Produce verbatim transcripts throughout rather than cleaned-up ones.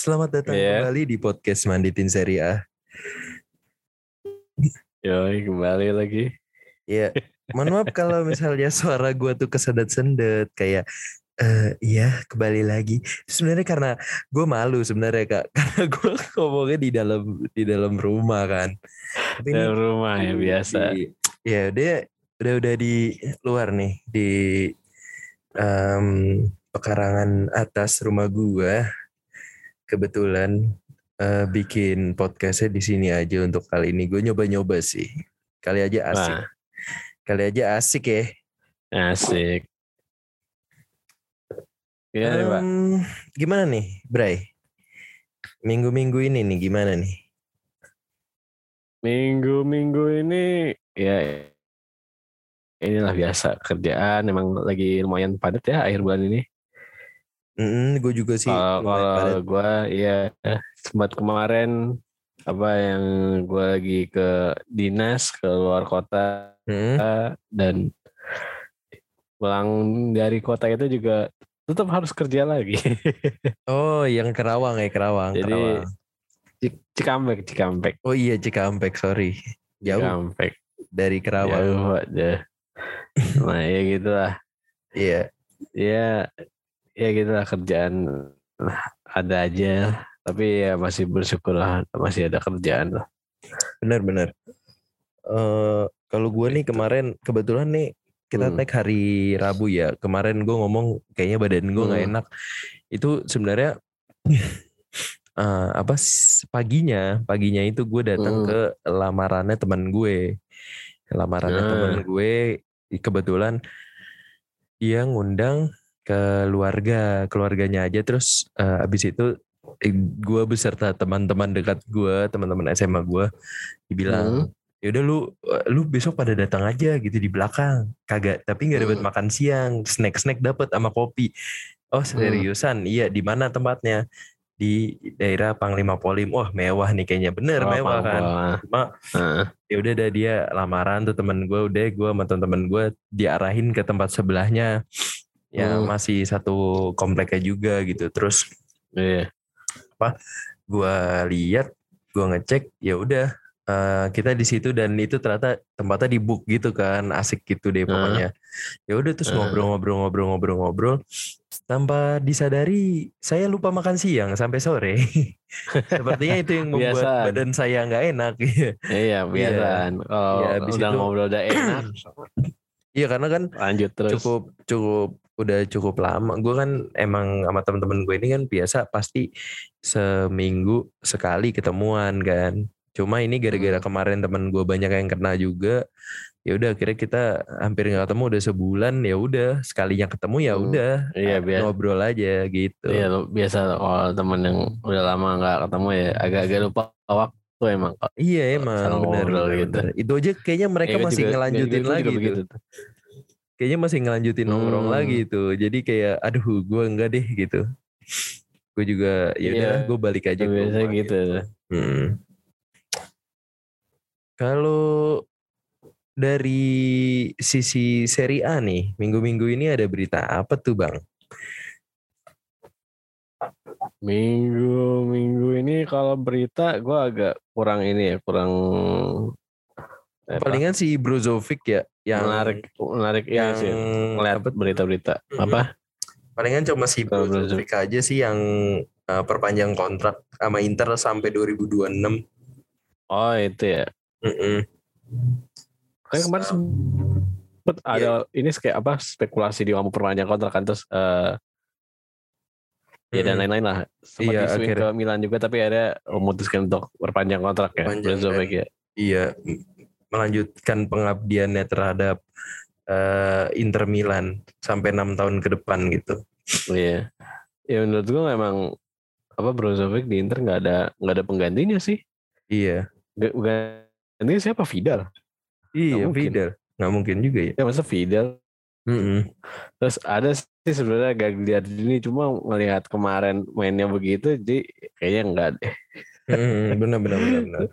Selamat datang Iya. kembali di podcast Manditin Serie A. Yoi, kembali lagi. Ya, mohon maaf kalau misalnya suara gue tuh kesedet-sendet kayak eh iya kembali lagi. Sebenarnya karena gue malu sebenarnya Kak, karena gue ngomongnya di dalam di dalam rumah kan. Tapi ini Dalam rumah ya biasa. di, ya dia udah udah di luar nih di em, pekarangan atas rumah gue. Kebetulan eh, bikin podcastnya di sini aja untuk kali ini. Gue nyoba-nyoba sih. Kali aja asik. Wah, Kali aja asik ya. asik. Gimana nih, Pak? Um, gimana nih, Bray? Minggu-minggu ini nih gimana nih? Minggu-minggu ini ya inilah biasa kerjaan. Emang lagi lumayan padat ya akhir bulan ini. Mm, gue juga sih Kalau lumayan kalau padat. gue ya sempat kemarin apa yang gue lagi ke dinas ke luar kota Hmm? dan pulang dari kota itu juga tetap harus kerja lagi. Oh, yang Kerawang ya, Kerawang, Jadi Kerawang. Cikampek, Cikampek, Oh iya, Cikampek, sorry. Jauh Cikampek. dari Kerawang. Jauh aja. Nah ya gitulah. Iya, Ya ya gitulah kerjaan ada aja. Tapi ya masih bersyukur lah masih ada kerjaan lah. benar-benar. Eh kalau gue nih Gitu. kemarin kebetulan nih kita Hmm. tag hari Rabu ya. Kemarin gue ngomong kayaknya badan gue nggak Hmm. enak. Itu sebenarnya uh, apa paginya paginya itu gue datang Hmm. ke lamarannya teman gue. Lamarannya Nah. teman gue kebetulan dia ngundang keluarga keluarganya aja terus uh, abis itu eh, gue beserta teman-teman dekat gue teman-teman S M A gue dibilang Hmm. ya udah lu lu besok pada datang aja gitu di belakang kagak tapi nggak dapat Hmm. makan siang snack snack dapat sama kopi. Oh seriusan? Iya di mana tempatnya? Di daerah Panglima Polim. Wah mewah nih kayaknya bener Oh, mewah kan. Pangpal. Cuma Uh. ya udah dah dia lamaran tuh temen gue udah gue sama temen-temen gue diarahin ke tempat sebelahnya ya Hmm. masih satu kompleknya juga gitu terus Iya. apa gue lihat gue ngecek ya udah uh, kita di situ dan itu ternyata tempatnya di book gitu kan asik gitu deh pokoknya. Ya udah terus ngobrol-ngobrol-ngobrol-ngobrol-ngobrol tanpa disadari saya lupa makan siang sampai sore. Sepertinya itu yang membuat Biasaan. badan saya nggak enak. Iya biasaan. Kalau ya, habis udah itu, ngobrol udah enak. Iya karena kan lanjut terus. cukup cukup udah cukup lama. Gue kan emang sama temen-temen gue ini kan biasa pasti seminggu sekali ketemuan kan. Cuma ini gara-gara Hmm. kemarin temen gue banyak yang kena juga. Ya udah akhirnya kita hampir nggak ketemu udah sebulan ya udah sekalinya ketemu ya Hmm. udah Iya biasa. ngobrol aja gitu. Iya biasa kalau temen yang udah lama nggak ketemu ya agak-agak lupa waktu emang. Iya emang benar benar gitu. benar. Itu aja kayaknya mereka Ya, masih juga, ngelanjutin juga, lagi juga tuh. tuh. Kayaknya masih ngelanjutin Hmm. nongkrong lagi tuh. Jadi kayak aduh gue enggak deh gitu. Gue juga ya udahlah Iya, gue balik aja ke biasa rumah gitu. gitu. Hmm. Kalau dari sisi Serie A nih, minggu-minggu ini ada berita apa tuh Bang? Minggu-minggu ini kalau berita gue agak kurang ini ya, kurang apa? Palingan si Brozovic ya yang menarik, menarik yang iya sih. Ngeliat apa tuh? berita-berita Mhm. apa? Palingan cuma si Kalau Brozovic aja sih yang uh, perpanjang kontrak sama Inter sampai dua ribu dua puluh enam. Oh itu ya. Mm-mm. Kan kemarin sempet ada ini kayak apa spekulasi dia mau perpanjang kontrak kan terus uh, ya dan lain-lain lah. Sempat Iya, disuin ke akhirnya Milan juga tapi ada memutuskan untuk perpanjang kontrak ya. panjang Brozovic dan ya. iya melanjutkan pengabdiannya terhadap uh, Inter Milan sampai enam tahun ke depan gitu. Iya. Ya menurut gue memang apa Brozovic di Inter nggak ada nggak ada penggantinya sih. Iya. Gantinya siapa? Vidal. Iya, Nggak mungkin. Vidal. Nggak mungkin juga ya. Ya masa Vidal. Mm-mm. Terus ada sih sebenarnya Gagliardini cuma ngelihat kemarin mainnya begitu, jadi kayaknya enggak deh. benar benar benar benar.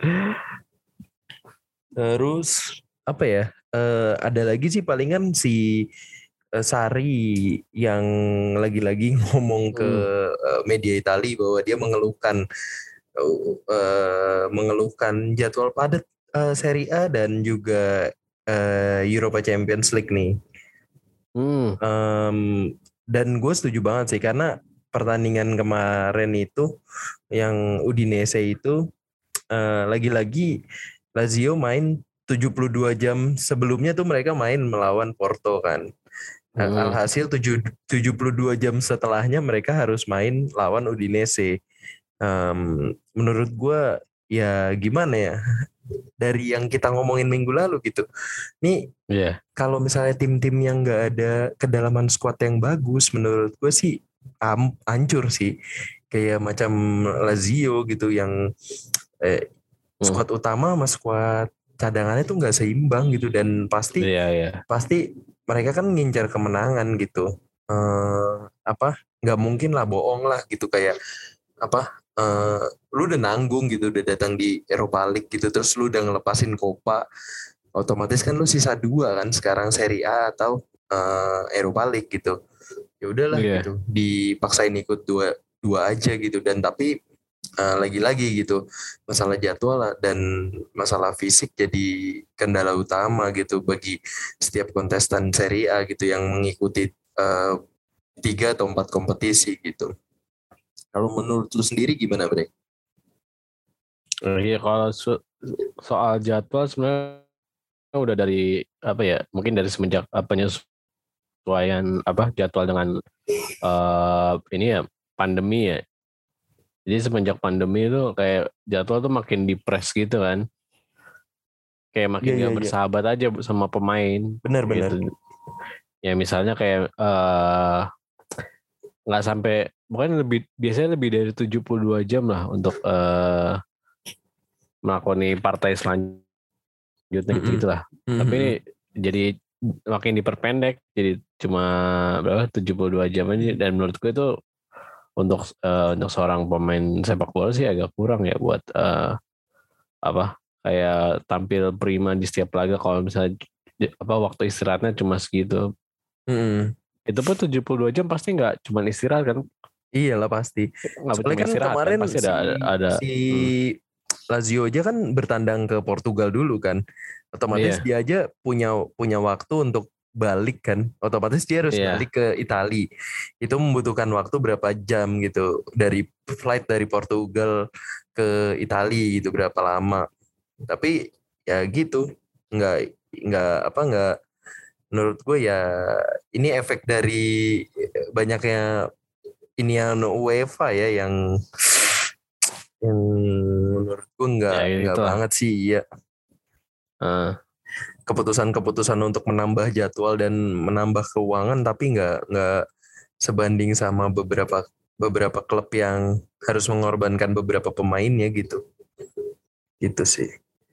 Terus apa ya? Uh, ada lagi sih palingan si uh, Sarri yang lagi-lagi ngomong ke uh, media Italia bahwa dia mengeluhkan uh, uh, mengeluhkan jadwal padat uh, Serie A dan juga uh, Europa Champions League nih. Hmm. Um, dan gue setuju banget sih karena pertandingan kemarin itu yang Udinese itu uh, lagi-lagi Lazio main tujuh puluh dua jam sebelumnya tuh mereka main melawan Porto kan. Hmm. Alhasil tujuh puluh dua jam setelahnya mereka harus main lawan Udinese. Um, menurut gue ya gimana ya, dari yang kita ngomongin minggu lalu gitu. Nih yeah. Kalau misalnya tim-tim yang gak ada kedalaman squad yang bagus, menurut gue sih am, hancur sih. Kayak macam Lazio gitu yang eh, squad hmm. utama sama squad cadangannya tuh gak seimbang gitu. Dan pasti yeah, yeah. pasti mereka kan ngincar kemenangan gitu. Eh, apa gak mungkin lah bohong lah gitu, kayak apa eh, lu udah nanggung gitu, udah datang di Europa League gitu, terus lu udah ngelepasin Copa, otomatis kan lu sisa dua kan sekarang, Serie A atau uh, Europa League gitu. Ya udahlah yeah. gitu, dipaksain ikut dua dua aja gitu. Dan tapi uh, lagi-lagi gitu masalah jadwal dan masalah fisik jadi kendala utama gitu bagi setiap kontestan Serie A gitu yang mengikuti uh, tiga atau empat kompetisi gitu. Kalau menurut lu sendiri gimana, Bre? Iya, kalau so- soal jadwal sebenarnya udah dari apa ya, mungkin dari semenjak penyesuaian apa jadwal dengan uh, ini ya pandemi ya. Jadi semenjak pandemi itu kayak jadwal tuh makin dipres gitu kan, kayak makin yeah, gak yeah, bersahabat yeah. aja sama pemain. Benar-benar. Gitu. Ya misalnya kayak nggak uh, sampai, bukan lebih biasanya lebih dari tujuh puluh dua jam lah untuk uh, melakoni partai selanjutnya. Mm-hmm. gitu lah. Mm-hmm. Tapi jadi makin diperpendek, jadi cuma berapa tujuh puluh dua jam aja. Dan menurut gue itu untuk uh, untuk seorang pemain sepak bola sih agak kurang ya buat uh, apa kayak tampil prima di setiap laga. Kalau misalnya apa waktu istirahatnya cuma segitu. Mm-hmm. Itu pun tujuh puluh dua jam pasti nggak cuma istirahat kan? Iyalah pasti. Soalnya kan kemarin kan, pasti ada, si, ada si hmm. Lazio aja kan bertandang ke Portugal dulu kan, otomatis yeah. dia aja punya punya waktu untuk balik kan, otomatis dia harus yeah. balik ke Italia. Itu membutuhkan waktu berapa jam gitu dari flight dari Portugal ke Italia gitu, berapa lama. Tapi ya gitu, nggak nggak apa nggak menurut gue ya ini efek dari banyaknya ini yang UEFA ya yang yang menurut gue nggak ya, nggak banget sih ya. Uh. Keputusan-keputusan untuk menambah jadwal dan menambah keuangan tapi nggak nggak sebanding sama beberapa beberapa klub yang harus mengorbankan beberapa pemainnya gitu. Gitu sih.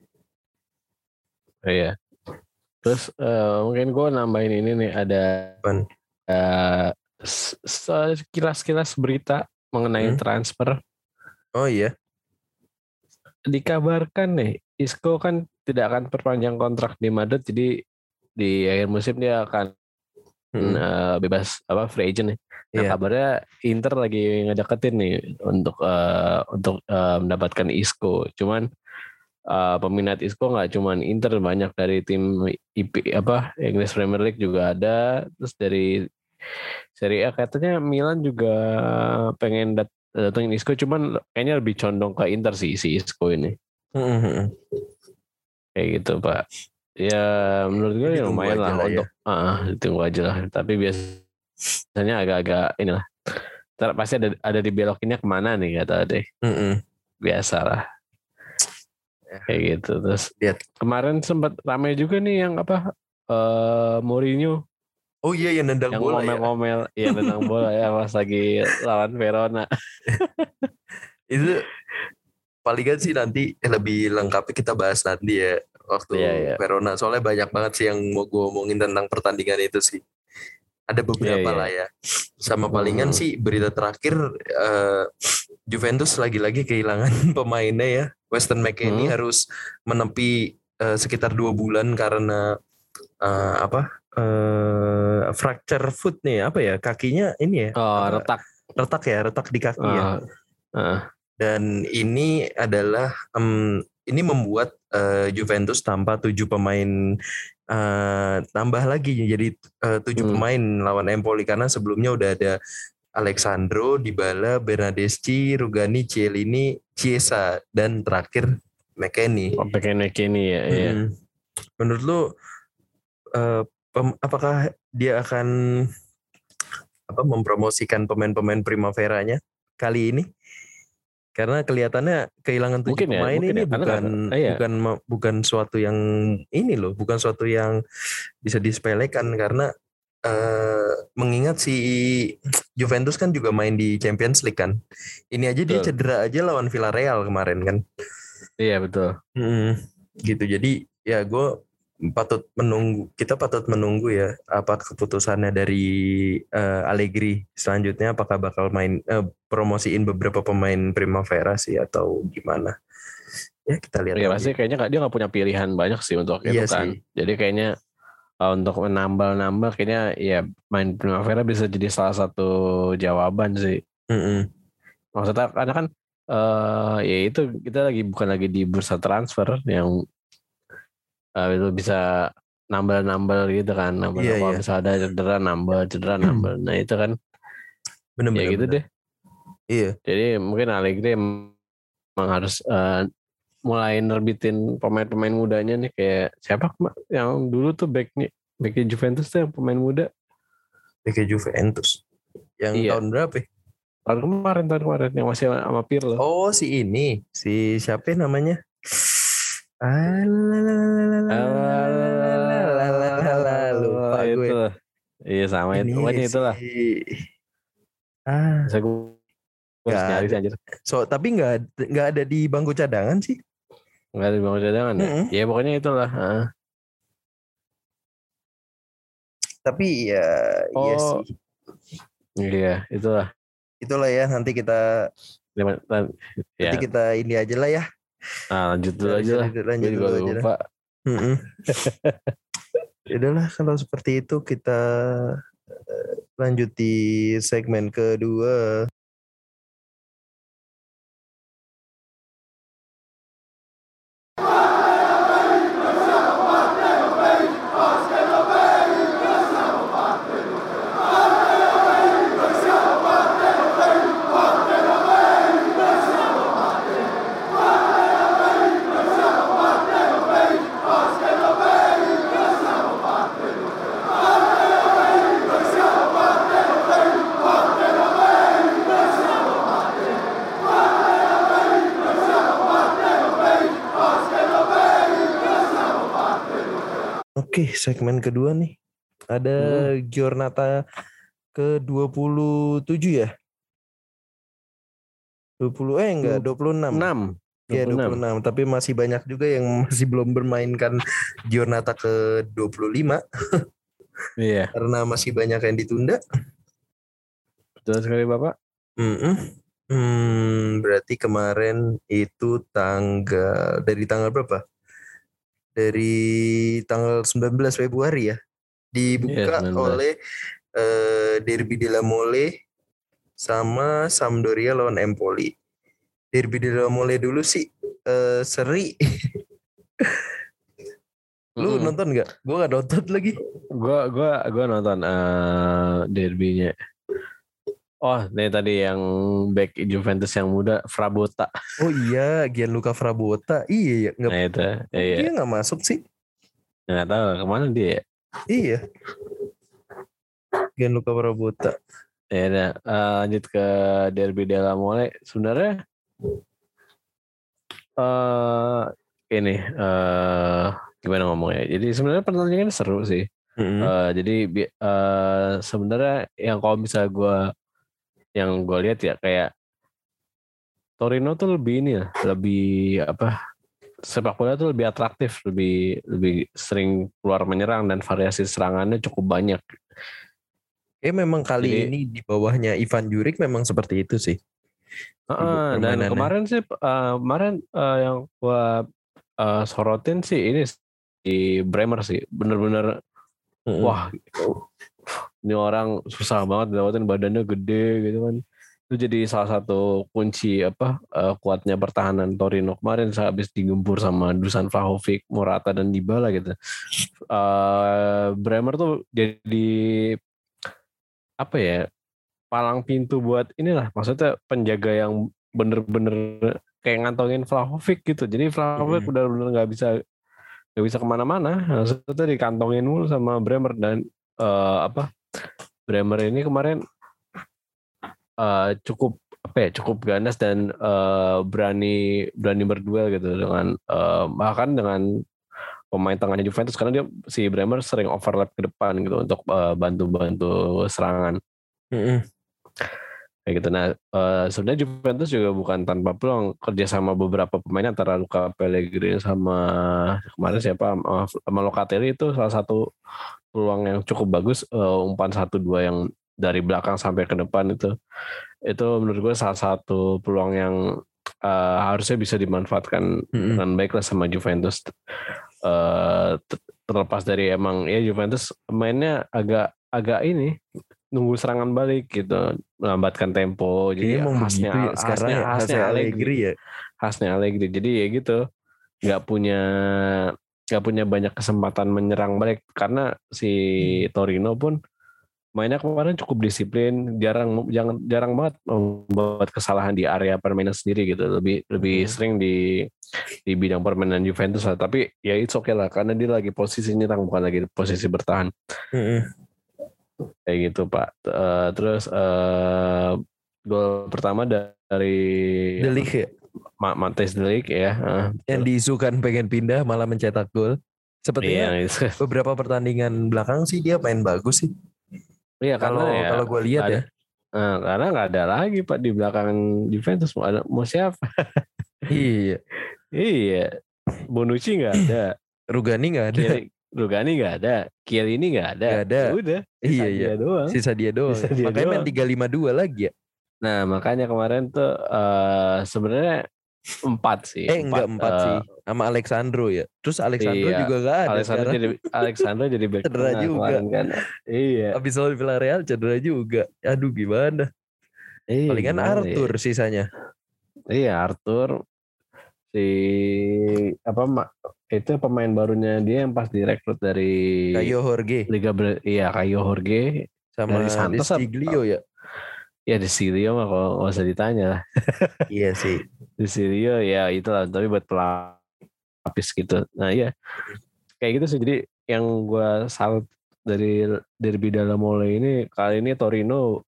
Oh, iya. Terus uh, mungkin gue nambahin ini nih, ada uh, sekilas-kilas berita mengenai hmm? transfer. Oh iya. Dikabarkan nih, Isco kan tidak akan perpanjang kontrak di Madrid, jadi di akhir musim dia akan hmm. uh, bebas apa free agent nih. Nah yeah. kabarnya Inter lagi ngedeketin nih untuk uh, untuk uh, mendapatkan Isco. Cuman uh, peminat Isco nggak cuman Inter, banyak dari tim I P apa English Premier League juga ada. Terus dari Serie A katanya Milan juga pengen dat- datengin Isco, cuman kayaknya lebih condong ke Inter sih si Isco ini. Mm-hmm. Kayak gitu Pak. Ya menurut gue ya lumayan lah, lah untuk ya. uh, tunggu aja lah. Tapi biasanya agak-agak inilah. Ntar pasti ada ada dibelokinnya kemana nih kata deh. Mm-hmm. Biasalah. Kayak gitu. Terus lihat kemarin sempat ramai juga nih yang apa uh, Mourinho. Oh iya yang nendang yang bola ngomel-ngomel, ya. Iya nendang bola ya pas lagi lawan Verona. Itu paling kan sih nanti lebih lengkapnya kita bahas nanti ya waktu yeah, yeah. Verona. Soalnya banyak banget sih yang mau gue omongin tentang pertandingan itu sih. Ada beberapa yeah, yeah. lah ya. Sama palingan hmm. sih berita terakhir uh, Juventus lagi-lagi kehilangan pemainnya ya. Weston McKennie hmm. harus menepi uh, sekitar dua bulan karena uh, apa uh, fracture foot nih, apa ya, kakinya ini ya, oh, apa, retak retak ya, retak di kaki uh, ya. Uh. Dan ini adalah um, ini membuat uh, Juventus tanpa tujuh pemain uh, tambah lagi jadi uh, tujuh hmm. pemain lawan Empoli, karena sebelumnya udah ada Alexandro, Dybala, Bernardeschi, Rugani, Chiellini, Chiesa, dan terakhir McKennie. Oh, McKennie ya. Hmm. Iya. Menurut lu uh, pem, apakah dia akan apa mempromosikan pemain-pemain Primaveranya kali ini? Karena kelihatannya kehilangan tujuh mungkin pemain ya, ini ya, bukan kan, iya. bukan bukan suatu yang ini loh, bukan suatu yang bisa disepelekan, karena uh, mengingat si Juventus kan juga main di Champions League kan. Ini aja betul. Dia cedera aja lawan Villarreal kemarin kan. Iya betul. Hmm, gitu. Jadi ya gue patut menunggu, kita patut menunggu ya apa keputusannya dari uh, Allegri selanjutnya, apakah bakal main uh, promosiin beberapa pemain Primavera sih atau gimana ya, kita lihat ya, aja. Pasti kayaknya dia nggak punya pilihan banyak sih untuk iya itu kan sih. Jadi kayaknya uh, untuk menambal-nambal kayaknya ya main Primavera bisa jadi salah satu jawaban sih. Mm-hmm. Maksudnya karena kan uh, ya itu kita lagi bukan lagi di bursa transfer yang Uh, itu bisa nambal-nambal gitu kan, nambal yeah, kalau yeah. misalnya ada cedera nambal, cedera nambal, nah itu kan, bener, ya bener, gitu bener. deh. Iya. Jadi mungkin Allegri emang harus uh, mulai nerbitin pemain-pemain mudanya nih, kayak siapa yang dulu tuh backnya, backnya Juventus tuh yang pemain muda. Backnya Juventus, yang iya. tahun berapa? Tahun kemarin, tahun kemarin yang masih sama Pirlo. Oh si ini, si siapa namanya? Lupa gue. Iya sama itu. Pokoknya itulah. Ah, bisa gue nyari sih anjir. So tapi nggak nggak ada di bangku cadangan sih. Nggak ada di bangku cadangan ya. Mm-hmm. Ya pokoknya itulah. Ah. Tapi ya oh, iya sih. Iya itulah. Itulah ya, nanti kita nanti ya. kita ini aja lah ya. Nah, lanjut dulu aja lah. Lanjut dulu aja lupa. Yaudahlah kalau seperti itu kita lanjut di segmen kedua. Oke, segmen kedua nih. Ada hmm. Giornata ke dua puluh tujuh ya? dua puluh eh enggak, dua puluh enam. enam. Ya, dua puluh enam, tapi masih banyak juga yang masih belum bermainkan Giornata ke dua puluh lima. Iya. Karena masih banyak yang ditunda. Betul sekali, Bapak. Mm-mm. Hmm, berarti kemarin itu tanggal dari tanggal berapa? Dari tanggal sembilan belas Februari ya, dibuka yeah, oleh uh, Derby della Mole sama Sampdoria lawan Empoli. Derby della Mole dulu sih uh, seri. Lu mm-hmm. nonton nggak? Gue nggak nonton lagi. Gue gue gue nonton uh, derbynya. Oh, nih tadi yang back Juventus yang muda, Frabotta. Oh iya, Gianluca Frabotta. Iya, nggak. Nah itu, iya. Dia nggak masuk sih. Nggak tahu kemana dia. Iya. Gianluca Frabotta. Ya udah, uh, lanjut ke Derby della Mole. Sebenarnya, uh, ini uh, gimana ngomongnya? Jadi sebenarnya pertandingan seru sih. Mm-hmm. Uh, jadi uh, sebenarnya yang kalau misalnya gue yang gue lihat ya kayak Torino tuh lebih ini ya, lebih apa, sepak bola tuh lebih atraktif, lebih lebih sering keluar menyerang dan variasi serangannya cukup banyak. Eh memang kali Jadi, ini di bawahnya Ivan Juric memang seperti itu sih. Uh, dan kemarin sih uh, kemarin uh, yang gue uh, sorotin sih ini di Bremer sih, bener-bener Mm-mm. wah ini orang susah banget dapetin, badannya gede gitu kan. Itu jadi salah satu kunci apa uh, kuatnya pertahanan Torino kemarin habis digempur sama Dusan Vlahovic, Morata dan Dybala gitu. Uh, Bremer tuh jadi apa ya, palang pintu buat inilah, maksudnya penjaga yang bener-bener kayak ngantongin Vlahovic gitu. Jadi Vlahovic Mm-mm. udah bener nggak bisa nggak bisa kemana-mana, maksudnya dikantongin mulu sama Bremer. Dan uh, apa Bremer ini kemarin uh, cukup apa ya cukup ganas dan uh, berani berani berduel gitu dengan uh, bahkan dengan pemain tengahnya Juventus, karena dia si Bremer sering overlap ke depan gitu untuk uh, bantu-bantu serangan Mm-mm. kayak gitu. Nah uh, sebenarnya Juventus juga bukan tanpa peluang kerja sama beberapa pemain antara Luca Pellegrini sama kemarin siapa uh, sama Locatelli, itu salah satu peluang yang cukup bagus, uh, umpan satu dua yang dari belakang sampai ke depan itu itu menurut gue salah satu peluang yang uh, harusnya bisa dimanfaatkan Mm-mm. dengan baik lah sama Juventus. Uh, terlepas dari emang ya Juventus mainnya agak agak ini nunggu serangan balik gitu, melambatkan tempo. Jadi Kayaknya emang khasnya begitu ya sekarang khasnya ya, khasnya hasil Allegri, Allegri ya. khasnya Allegri. Jadi ya gitu, nggak punya nggak punya banyak kesempatan menyerang balik karena si Torino pun mainnya kemarin cukup disiplin, jarang jangan jarang banget membuat kesalahan di area permainan sendiri gitu. Lebih lebih Mm-mm. sering di di bidang permainan Juventus lah. Tapi ya it's okay lah karena dia lagi posisi nyerang bukan lagi posisi bertahan. Mm-mm. Kayak gitu Pak. Uh, terus uh, gol pertama dari De Ligt ya, Matthijs De Ligt ya. Uh, yang diisukan pengen pindah malah mencetak gol. Sepertinya iya, beberapa pertandingan belakang sih dia main bagus sih. iya karena Kalau ya kalau gue lihat ada, ya. uh, karena nggak ada lagi Pak di belakang Juventus, mau ada mau siapa? Iya. Iya, Bonucci nggak ada, Rugani nggak ada. Kiri Rugani nggak ada, Kiri ini nggak ada. Nggak ada. Ya udah, sisa Iya iya. dia doang. Sisa dia doang. Sisa dia Makanya doang. main tiga lima dua lagi ya. Nah makanya kemarin tuh uh, sebenarnya empat sih. Eh enggak empat uh, sih. Sama Alexandro ya. Terus Alexandro iya, juga nggak ada Alexandro sekarang. jadi Alexandro jadi back Cedera tengah juga. kemarin kan. Iya. Abis lawan Villarreal cedera juga. Aduh gimana. Iya, Palingan gimana Arthur ya? sisanya. Iya Arthur, si apa mak itu pemain barunya dia yang pas direkrut dari Caio Jorge. Liga Ber, iya Caio Jorge Sama dari Santos. Destiglio ya. Ya di Silio mah kalau nggak usah ditanya lah. Iya sih. Di Silio ya itulah, tapi buat pelapis gitu. Nah iya kayak gitu sih. Jadi yang gue salut dari Derby della Mole ini, kali ini Torino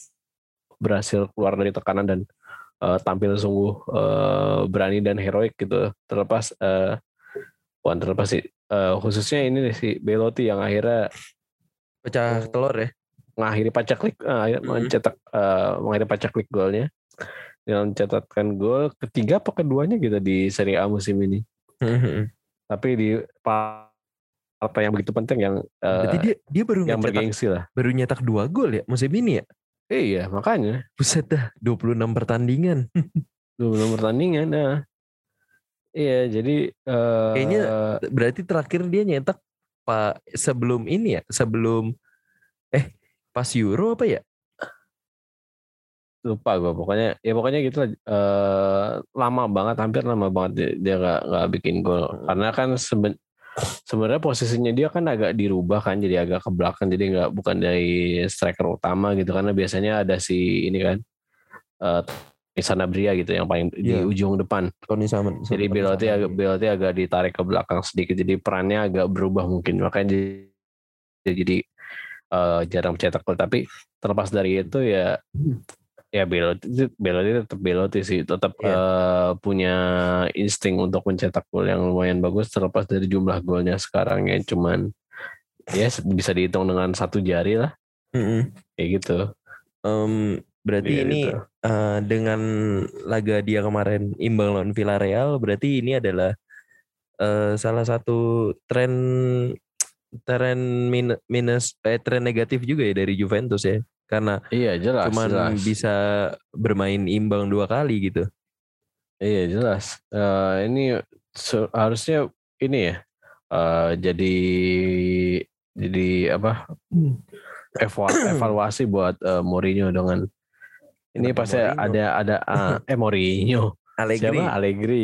berhasil keluar dari tekanan dan uh, tampil sungguh uh, berani dan heroik gitu. Terlepas uh, bukan terlepas sih, uh, khususnya ini si Belotti yang akhirnya Pecah uh, telur ya. mengakhiri pacaklik, uh, Mm-hmm. mencetak uh, mengakhiri pacaklik golnya dengan mencatatkan gol ketiga apa keduanya gitu di Serie A musim ini. Mm-hmm. Tapi di apa yang begitu penting yang uh, berarti dia dia baru yang nyetak, bergengsi lah. Baru nyetak dua gol ya musim ini ya. Iya makanya. Buset dah, dua puluh enam pertandingan. dua puluh enam pertandingan. Nah. Iya jadi uh, kayaknya berarti terakhir dia nyetak pak sebelum ini ya, sebelum eh pas Euro apa ya? Lupa gue pokoknya ya pokoknya gitu lah. Uh, lama banget, hampir lama banget dia, dia gak, gak bikin gol. Hmm. Karena kan seben, sebenarnya posisinya dia kan agak dirubah kan, jadi agak ke belakang, jadi nggak bukan dari striker utama gitu, karena biasanya ada si ini kan uh, Sanabria gitu yang paling yeah. di ujung depan. Tony Saman. Jadi Belotti agak Belotti agak ditarik ke belakang sedikit, jadi perannya agak berubah mungkin, makanya jadi, jadi uh, jarang mencetak gol. Tapi terlepas dari itu ya ya Belotti Belotti tetap Belotti sih, tetap yeah. uh, punya insting untuk mencetak gol yang lumayan bagus, terlepas dari jumlah golnya sekarang yang cuman ya bisa dihitung dengan satu jari lah. Mm-hmm. Kayak gitu. Um, berarti ya, ini gitu. uh, dengan laga dia kemarin imbang lawan Villarreal, berarti ini adalah uh, salah satu tren tren min, minus eh, tren negatif juga ya dari Juventus ya, karena iya jelas cuman jelas. bisa bermain imbang dua kali gitu. Iya jelas. Uh, ini harusnya ini ya uh, jadi jadi apa evaluasi buat uh, Mourinho dengan ini Kenapa pasti Mourinho? ada ada uh, eh Mourinho Allegri. siapa Allegri.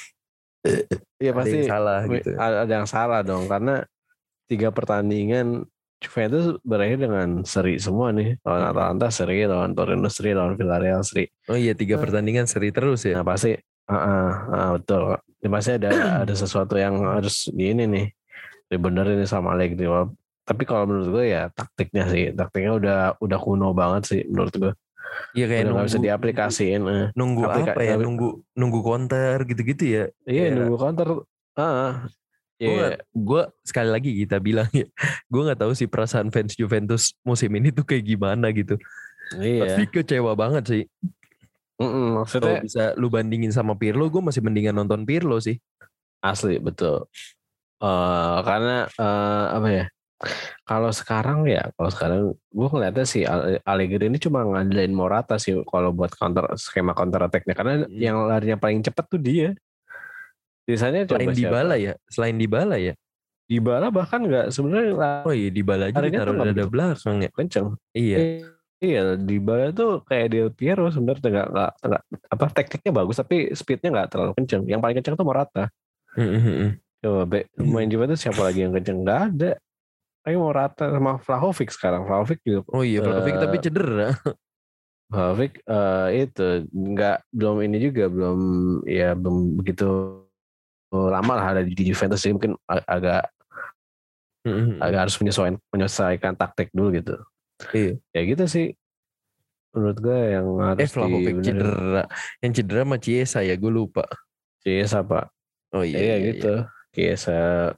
Iya pasti yang salah gitu. Ada yang salah dong karena tiga pertandingan Juventus berakhir dengan seri semua nih. Lawan hmm. Atalanta seri, lawan Torino seri, lawan Villarreal seri. Oh iya tiga nah. pertandingan seri terus ya. Nah pasti, uh, uh, uh, betul. Ya, pasti ada ada sesuatu yang harus di ini nih dibenerin sama Allegri. Tapi kalau menurut gue ya taktiknya sih, taktiknya udah udah kuno banget sih menurut gue. Iya kayak udah nunggu, gak bisa diaplikasiin. Nunggu Aplika- apa ya? Nunggu nunggu counter gitu-gitu ya. Iya ya. nunggu counter. Ah. Gue yeah. gue sekali lagi kita bilang ya, gue nggak tahu sih perasaan fans Juventus musim ini tuh kayak gimana gitu. Iya. Pasti kecewa banget sih. Mm-mm, maksudnya kalau bisa lu bandingin sama Pirlo, gue masih mendingan nonton Pirlo sih. Asli betul. Uh, karena uh, apa ya? Kalau sekarang ya, kalau sekarang gue ngeliatnya sih Allegri ini cuma ngandelin Morata sih kalau buat counter skema counter attack-nya karena hmm. yang larinya paling cepat tuh dia. Sisanya selain Dybala ya, selain Dybala ya. Dybala bahkan nggak sebenarnya. Oh iya Dybala aja ditaruh di dada belakang ya. Kenceng. Iya. Iya Dybala tuh kayak Del Piero sebenarnya nggak nggak apa tekniknya bagus tapi speednya nggak terlalu kenceng. Yang paling kenceng tuh Morata. Mm-hmm. Coba be, main juga tuh siapa lagi yang kenceng? Nggak ada. Tapi Morata sama Vlahovic sekarang. Vlahovic juga. Oh iya Vlahovic uh, tapi cedera. Vlahovic uh, itu nggak belum ini juga belum ya belum begitu lama lah ada di Juventus sih mungkin agak mm-hmm. agak harus menyesuaikan menyelesaikan taktik dulu gitu. Iya. Ya gitu sih. Menurut gue yang harus eh, Vlahovic cedera. Yang cedera sama Chiesa ya gue lupa. Chiesa Pak. Oh iya. Ya, iya gitu. Iya. Chiesa.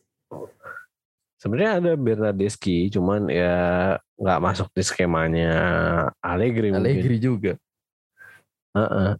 Sebenarnya ada Bernardeschi cuman ya nggak masuk di skemanya Allegri. Allegri mungkin. Juga. Uh-uh.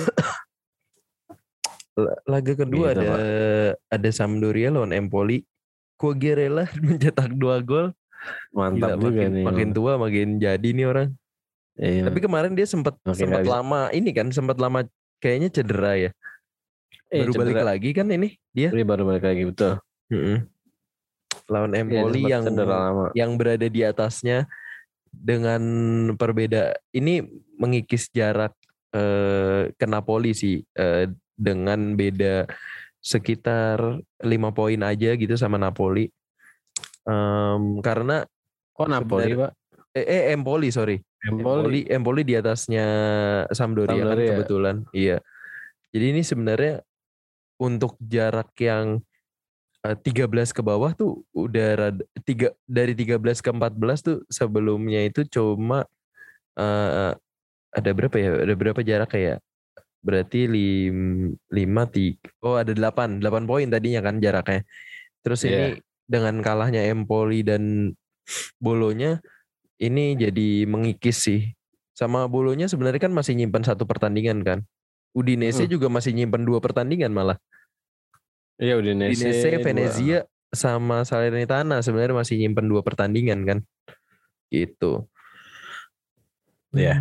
Laga kedua gitu, ada Pak. ada Sampdoria lawan Empoli. Quagliarella mencetak dua gol. Mantap Gila, juga makin, nih. Makin tua makin jadi nih orang. Iya. Tapi kemarin dia sempat sempat lama ini kan sempat lama kayaknya cedera ya. Eh, baru cedera. Balik lagi kan ini dia. Dia baru balik lagi betul. Mm-hmm. Lawan Empoli ya, yang yang berada di atasnya dengan perbeda ini mengikis jarak eh, ke Napoli sih. Eh, dengan beda sekitar lima poin aja gitu sama Napoli. Um, karena kok Napoli Pak? Eh, eh Empoli sorry. Empoli. Empoli Empoli di atasnya Sampdoria, Sampdoria kan kebetulan. Iya. Jadi ini sebenarnya untuk jarak yang uh, tiga belas ke bawah tuh udah rada, tiga dari tiga belas ke empat belas tuh sebelumnya itu cuma uh, ada berapa ya? Ada berapa jarak kayak berarti lima tiga oh ada delapan delapan poin tadinya kan jaraknya. Terus yeah. Ini dengan kalahnya Empoli dan Bolonya ini jadi mengikis sih. Sama Bolonya sebenarnya kan masih nyimpan satu pertandingan kan. Udinese mm. juga masih nyimpan dua pertandingan malah. Iya Udinese, Udinese Venezia dua. Sama Salernitana sebenarnya masih nyimpan dua pertandingan kan. Gitu. Ya. Yeah.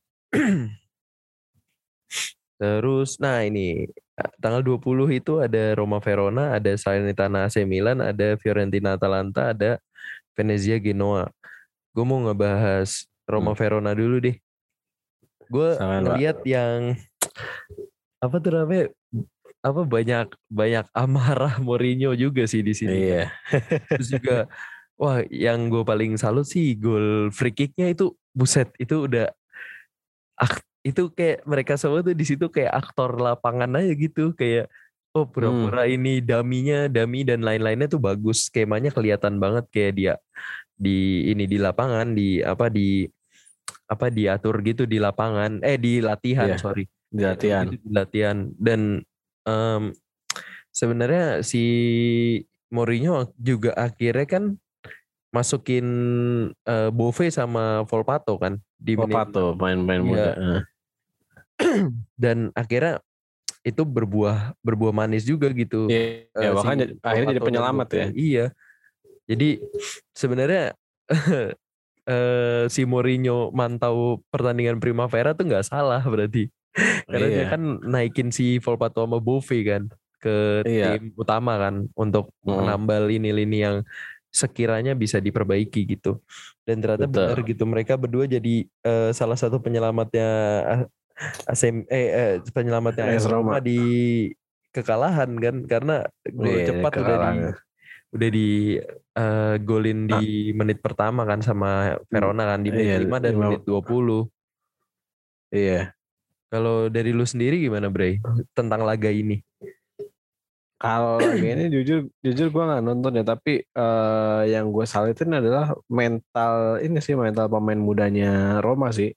Terus, nah ini tanggal dua puluh itu ada Roma Verona, ada Salernitana A C Milan, ada Fiorentina Atalanta, ada Venezia Genoa. Gue mau ngebahas Roma hmm. Verona dulu deh. Gue ngeliat yang apa tuh namanya? Apa banyak banyak amarah Mourinho juga sih di sini. Iya. Terus juga, wah yang gue paling salut sih gol free kicknya itu buset itu udah. Itu kayak mereka semua tuh di situ kayak aktor lapangan aja gitu kayak oh pura-pura hmm. ini daminya dami dan lain-lainnya tuh bagus skemanya kelihatan banget kayak dia di ini di lapangan di apa di apa diatur gitu di lapangan eh di latihan yeah, sorry di latihan gitu, di latihan dan um, sebenarnya si Mourinho juga akhirnya kan masukin uh, Bove sama Volpato kan di Volpato main-main muda. Ya. Dan akhirnya itu berbuah berbuah manis juga gitu. Iya, uh, ya, bahkan si akhirnya jadi penyelamat ya. Iya. Jadi sebenarnya uh, si Mourinho mantau pertandingan Primavera tuh nggak salah berarti. Karena iya. Dia kan naikin si Volpato sama Bove kan ke iya. Tim utama kan untuk hmm. menambal ini lini yang sekiranya bisa diperbaiki gitu. Dan ternyata Betul. benar gitu, mereka berdua jadi uh, salah satu penyelamatnya A C eh, eh penyelamatnya A S Roma di kekalahan kan, karena gol yeah, cepat udah di udah di uh, golin di ah. menit pertama kan sama Verona kan di menit yeah, lima dan lima, menit dua puluh. Iya. Yeah. Kalau dari lu sendiri gimana, Bray, tentang laga ini? Kalau laga ini jujur jujur gue nggak nonton ya, tapi uh, yang gue salitin adalah mental ini sih, mental pemain mudanya Roma sih.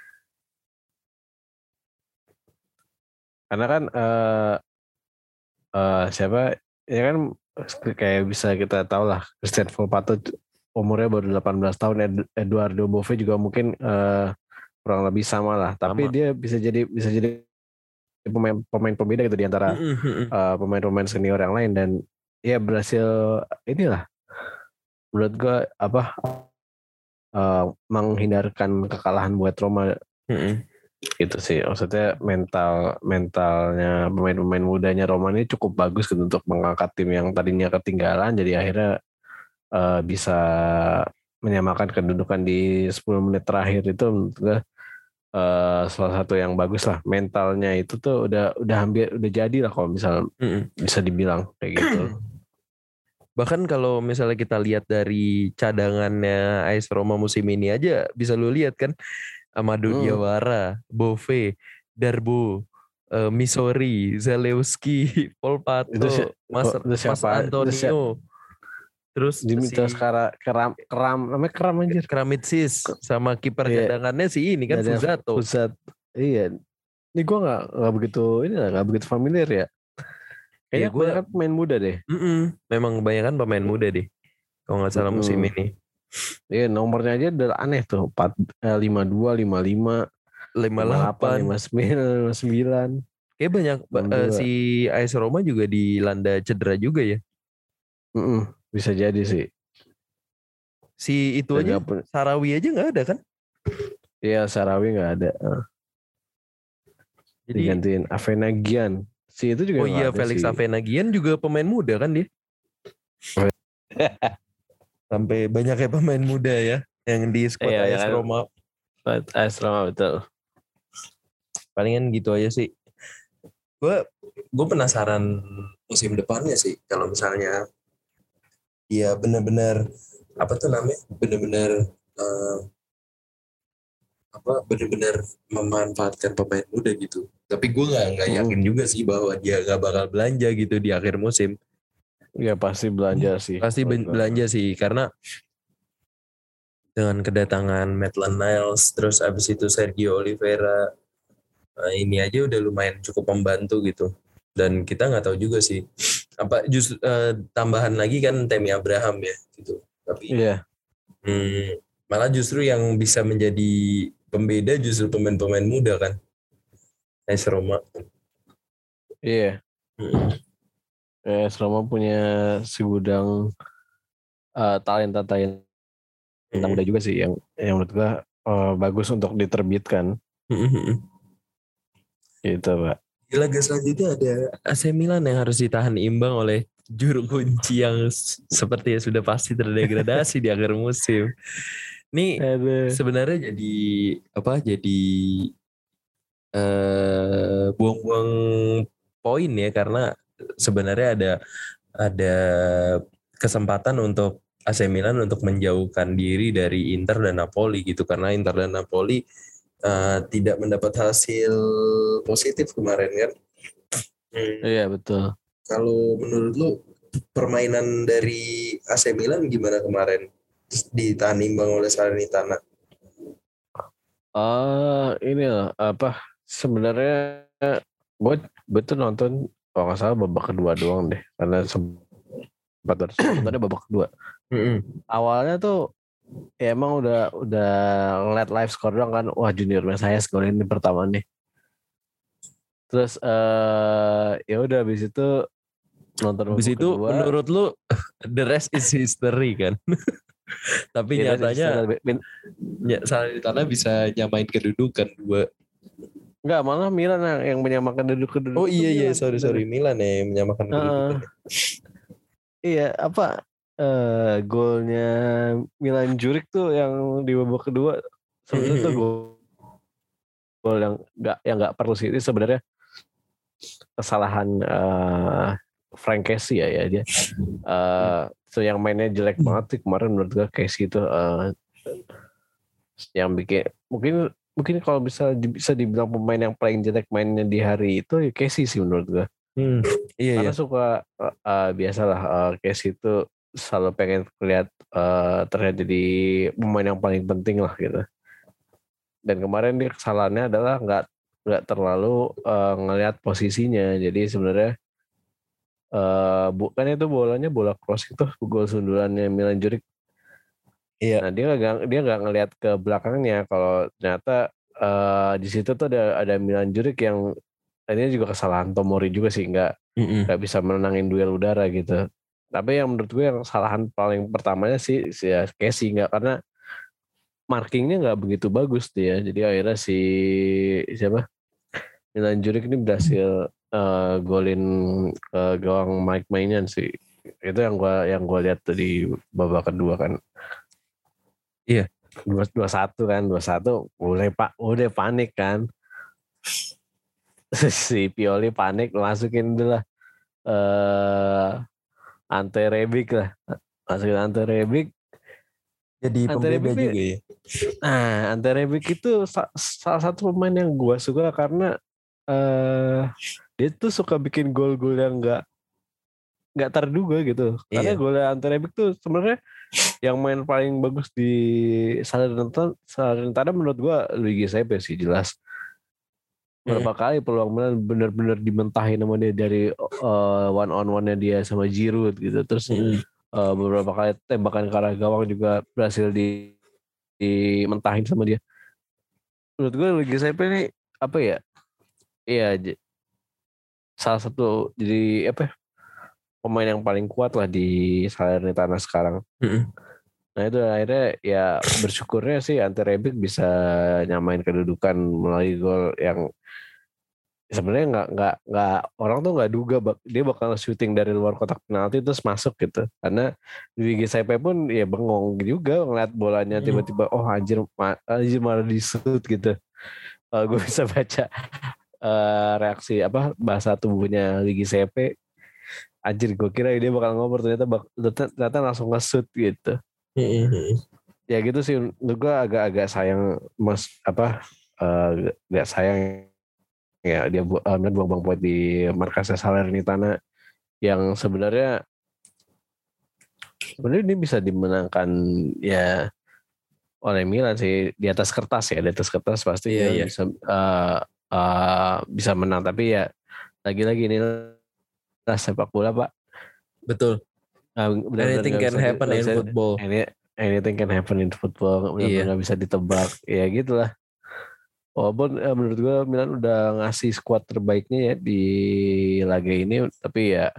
Karena kan uh, uh, siapa ya kan kayak bisa kita tahu lah, Christian Volpato umurnya baru delapan belas tahun, Eduardo Bove juga mungkin uh, kurang lebih sama lah, tapi sama. Dia bisa jadi bisa jadi pemain pemain pembeda gitu di antara uh, pemain-pemain senior yang lain, dan ya berhasil inilah menurut gue apa uh, menghindarkan kekalahan buat Roma. Mm-hmm. Itu sih maksudnya, mental mentalnya pemain-pemain mudanya Roma ini cukup bagus gitu untuk mengangkat tim yang tadinya ketinggalan, jadi akhirnya uh, bisa menyamakan kedudukan di sepuluh menit terakhir. Itu menurut gue Uh, salah satu yang bagus lah, mentalnya itu tuh udah udah hampir udah jadi lah kalau misal mm-mm. bisa dibilang kayak gitu. Bahkan kalau misalnya kita lihat dari cadangannya A S Roma musim ini aja bisa lu lihat kan, Amadou mm. Diawara, Bove, Darbo, uh, Misori, Zalewski, Volpato, si- Mas, Mas Antonio. Terus diminta si sekarang keram keram namanya keram anjir. Kramitsis sama kiper yeah. cadangannya si ini kan Fuzato. Fuzat. Iya. Ini gue nggak nggak begitu ini lah nggak begitu familiar ya. Kayaknya ya, kebanyakan pemain muda deh. Mm-mm. Memang kebanyakan pemain muda deh. Kalau nggak salah musim mm. ini. Iya, nomornya aja udah aneh tuh. empat lima dua, lima lima, lima delapan, lima sembilan, lima sembilan. Kayak banyak uh, si A S Roma juga dilanda cedera juga ya. Mm-mm. Bisa jadi sih. Si itu aja, pun. Sarawi aja nggak ada kan? Iya, Sarawi nggak ada. Jadi, digantiin Avenagian. Si itu juga. Oh iya, Felix si. Avenagian juga pemain muda kan dia? Sampai banyaknya pemain muda ya yang di skuad iya, A S Roma. A S Roma betul. Palingan gitu aja sih. Gue gue penasaran musim depannya sih, kalau misalnya ya benar-benar apa tuh namanya benar-benar uh, apa benar-benar memanfaatkan pemain muda gitu. Tapi gue nggak nggak yakin juga sih bahwa dia nggak bakal belanja gitu di akhir musim. Ya pasti belanja sih. Pasti belanja sih, karena dengan kedatangan Maitland Niles, terus abis itu Sergio Oliveira, nah ini aja udah lumayan cukup membantu gitu. Dan kita nggak tahu juga sih apa justru uh, tambahan lagi kan Tammy Abraham ya gitu. Tapi yeah. hmm, malah justru yang bisa menjadi pembeda justru pemain-pemain muda kan A S Roma. Iya. Yeah. Hmm. A S Roma punya segudang uh, talenta talenta hmm. muda juga sih yang yang menurut gua uh, bagus untuk diterbitkan. Hmm. Gitu, Pak. Di laga selanjutnya ada A C Milan yang harus ditahan imbang oleh juru kunci yang seperti sudah pasti terdegradasi di akhir musim. Ini sebenarnya jadi apa? Jadi eh, buang-buang poin ya, karena sebenarnya ada ada kesempatan untuk A C Milan untuk menjauhkan diri dari Inter dan Napoli gitu, karena Inter dan Napoli uh, tidak mendapat hasil positif kemarin kan. Hmm. Iya betul. Kalau menurut lu permainan dari A C Milan gimana kemarin? Ditahan imbang oleh Salernitana. Uh, ini loh apa sebenarnya gue gue tuh nonton kalau nggak salah babak kedua doang deh, karena sempat nontonnya babak kedua. Mm-hmm. Awalnya tuh ya emang udah udah ngeliat live score doang kan, wah Junior Mesias golin ini pertama nih. Terus uh, ya udah habis itu nonton babak habis itu kedua. Menurut lu the rest is history kan? Tapi ya, nyatanya ya, Salernitana bisa nyamain kedudukan dua. Enggak, malah Milan yang menyamakan kedudukan. Oh iya iya sorry sorry Milan ya yang menyamakan kedudukan. Uh, iya apa uh, golnya Milan Juric tuh yang di babak kedua sebenarnya tuh gol gol yang nggak yang nggak perlu sih, itu sebenarnya kesalahan uh, Frank Casey ya ya dia uh, so yang mainnya jelek banget sih kemarin menurut gue Casey itu uh, yang bikin mungkin mungkin kalau bisa bisa dibilang pemain yang paling jelek mainnya di hari itu ya Casey sih menurut gue. Hmm, iya, Karena iya. suka uh, uh, biasalah uh, Casey itu selalu pengen lihat uh, terlihat jadi pemain yang paling penting lah gitu. Dan kemarin dia kesalahannya adalah nggak nggak terlalu uh, ngelihat posisinya. Jadi sebenarnya uh, bukan itu bolanya bola cross itu gol sundulannya Milan Juric. Iya. Nah dia nggak dia nggak ngelihat ke belakangnya kalau ternyata uh, di situ tuh ada ada Milan Juric yang ini juga kesalahan Tomori juga sih nggak Mm-mm. nggak bisa menenangin duel udara gitu. Tapi yang menurut gue yang kesalahan paling pertamanya sih si ya Casey nggak karena markingnya nggak begitu bagus dia. Jadi akhirnya si siapa Milan Juric ini berhasil uh, golin ke gawang Mike Maignan sih. Itu yang gue yang gue lihat tuh di babak kedua kan. Iya. Dua dua satu kan dua satu mulai pak udah panik kan. Si Pioli panik masukin dulu lah uh, Ante Rebic lah. Masukin Ante Rebic. Jadi Ante pembeda Rebic nih, juga ya. nah Ante Rebic itu sa- salah satu pemain yang gue suka karena uh, dia tuh suka bikin gol-gol yang nggak nggak terduga gitu. Karena Iya. golnya Ante Rebic tuh sebenarnya yang main paling bagus di Salernitana, Salernitana menurut gue Luigi Sepe sih jelas. Berapa Mm. kali peluang Milan benar-benar dimentahin sama dia dari uh, one on one-nya dia sama Giroud gitu. Terus Mm-mm. uh, beberapa kali tembakan ke arah gawang juga berhasil di dimentahin sama dia. Menurut gue Luigi Sepe ini apa ya? Iya salah satu jadi apa? Pemain yang paling kuat lah di Salernitana sekarang. Mm-mm. Nah itu akhirnya ya bersyukurnya sih Ante Rebic bisa nyamain kedudukan melalui gol yang sebenarnya nggak nggak nggak orang tuh nggak duga bak, dia bakal shooting dari luar kotak penalti terus masuk gitu karena Luigi Sepe pun ya bengong juga ngeliat bolanya tiba-tiba oh anjir ma, anjir malah di shoot gitu. Uh, gue bisa baca uh, reaksi apa bahasa tubuhnya Luigi Sepe. Anjir gue kira dia bakal ngobrol ternyata bak, ternyata langsung nge-shoot gitu. Mm-mm. Ya gitu sih menurut gue agak-agak sayang mas apa uh, gak sayang ya dia bu, uh, buang-buang poin di markasnya Salernitana yang sebenarnya sebenarnya ini bisa dimenangkan ya oleh Milan sih di atas kertas ya di atas kertas pasti Iya, Milan iya. bisa uh, uh, bisa menang tapi ya lagi-lagi ini lah sepak bola pak. Betul. Nah, benar-benar Anything nggak can bisa di, happen nggak in bisa football. ini anything can happen in football benar-benar Iya. nggak bisa ditebak ya gitulah. Walaupun eh, menurut gue Milan udah ngasih skuad terbaiknya ya di laga ini, tapi ya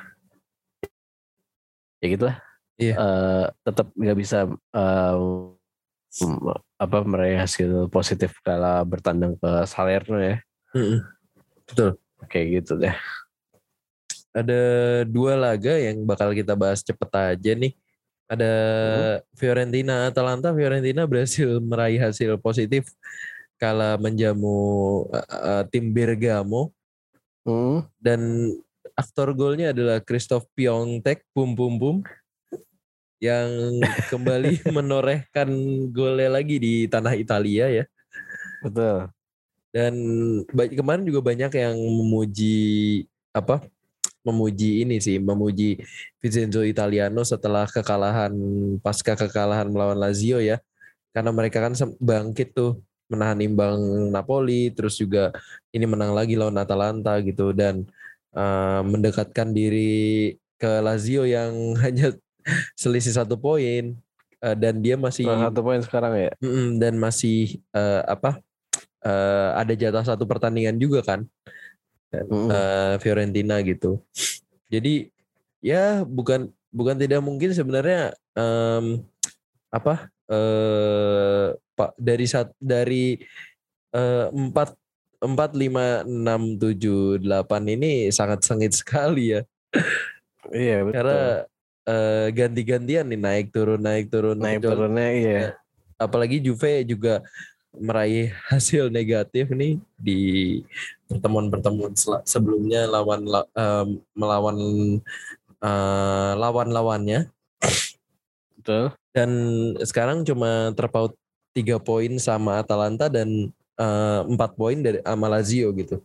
ya gitulah. Iya. Uh, tetap nggak bisa uh, apa meraih hasil positif kala bertandang ke Salerno ya. Mm-mm. Betul. Kayak gitu deh. Ada dua laga yang bakal kita bahas cepet aja nih. Ada Hmm. Fiorentina Atalanta. Fiorentina berhasil meraih hasil positif kala menjamu uh, uh, tim Bergamo. Hmm. Dan aktor golnya adalah Christoph Piontek, bum bum bum, yang kembali menorehkan golnya lagi di tanah Italia ya. Betul. Dan kemarin juga banyak yang memuji apa? Memuji ini sih, memuji Vincenzo Italiano setelah kekalahan pasca kekalahan melawan Lazio ya. Karena mereka kan bangkit tuh menahan imbang Napoli, terus juga ini menang lagi lawan Atalanta gitu dan uh, mendekatkan diri ke Lazio yang hanya selisih satu poin uh, dan dia Nah, masih satu poin sekarang ya. mm, dan masih uh, apa uh, ada jatah satu pertandingan juga kan dan, Hmm. uh, Fiorentina gitu. Jadi ya bukan bukan tidak mungkin sebenarnya um, apa eh pak dari sat, dari eh, empat empat lima enam tujuh delapan ini sangat sengit sekali ya. Iya betul. Karena uh, ganti-gantian nih naik turun naik turun naik kecuali, turunnya iya. ya, apalagi Juve juga meraih hasil negatif nih di pertemuan-pertemuan sebelumnya lawan uh, melawan uh, lawan-lawannya. Betul. Dan sekarang cuma terpaut tiga poin sama Atalanta dan empat uh, poin dari sama Lazio gitu.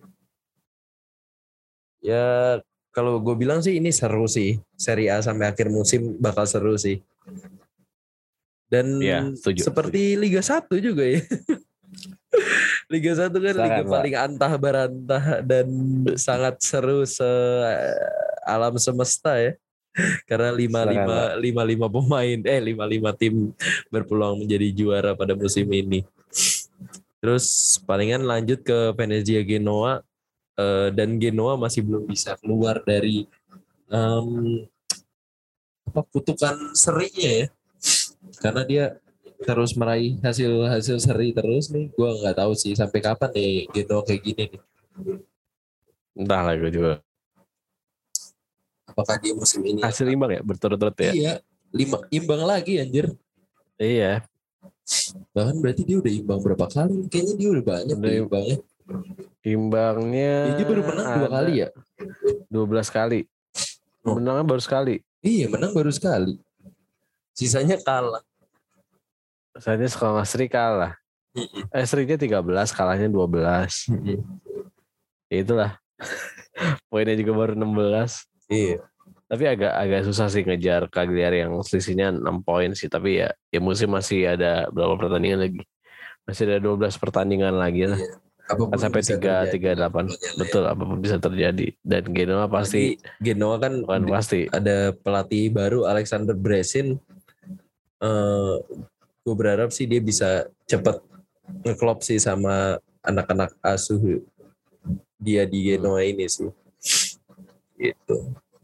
Ya kalau gue bilang sih ini seru sih. Serie A sampai akhir musim bakal seru sih. Dan ya, setuju, seperti setuju. Liga satu juga ya. Liga satu kan Silahkan, liga Pak. Paling antah berantah dan sangat seru se alam semesta ya. Karena lima lima lima lima pemain eh lima lima tim berpeluang menjadi juara pada musim ini. Terus palingan lanjut ke Venezia Genoa uh, dan Genoa masih belum bisa keluar dari um, apa kutukan serinya ya. Karena dia terus meraih hasil-hasil seri terus nih. Gua nggak tahu sih sampai kapan nih Genoa kayak gini nih. Entah lah gue juga. Apakah dia musim ini hasil imbang ya berturut-turut ya? Iya, lima imbang lagi anjir. Iya. Bahkan berarti dia udah imbang berapa kali? Kayaknya dia udah banyak udah imbangnya. Imbangnya dia baru menang dua kali ya? dua belas kali. Oh. Menangnya baru sekali. Iya, menang baru sekali. Sisanya kalah. Sisanya sekolah Sri kalah. Mm-hmm. Eh Srinya tiga belas, kalahnya dua belas. Mm-hmm. Ya itulah. Poinnya juga baru enam belas. Iya. Tapi agak agak susah sih ngejar Cagliari yang selisihnya enam poin sih. Tapi ya, ya musim masih ada berapa pertandingan lagi. Masih ada dua belas pertandingan lagi lah. Iya. Kan sampai tiga tiga delapan. Betul, apapun bisa terjadi. Dan Genoa pasti. Jadi, Genoa kan, kan pasti ada pelatih baru Alexander Bresin. Uh, gue berharap sih dia bisa cepat ngeklop sih sama anak-anak asuh dia di Genoa hmm. ini sih. Gitu.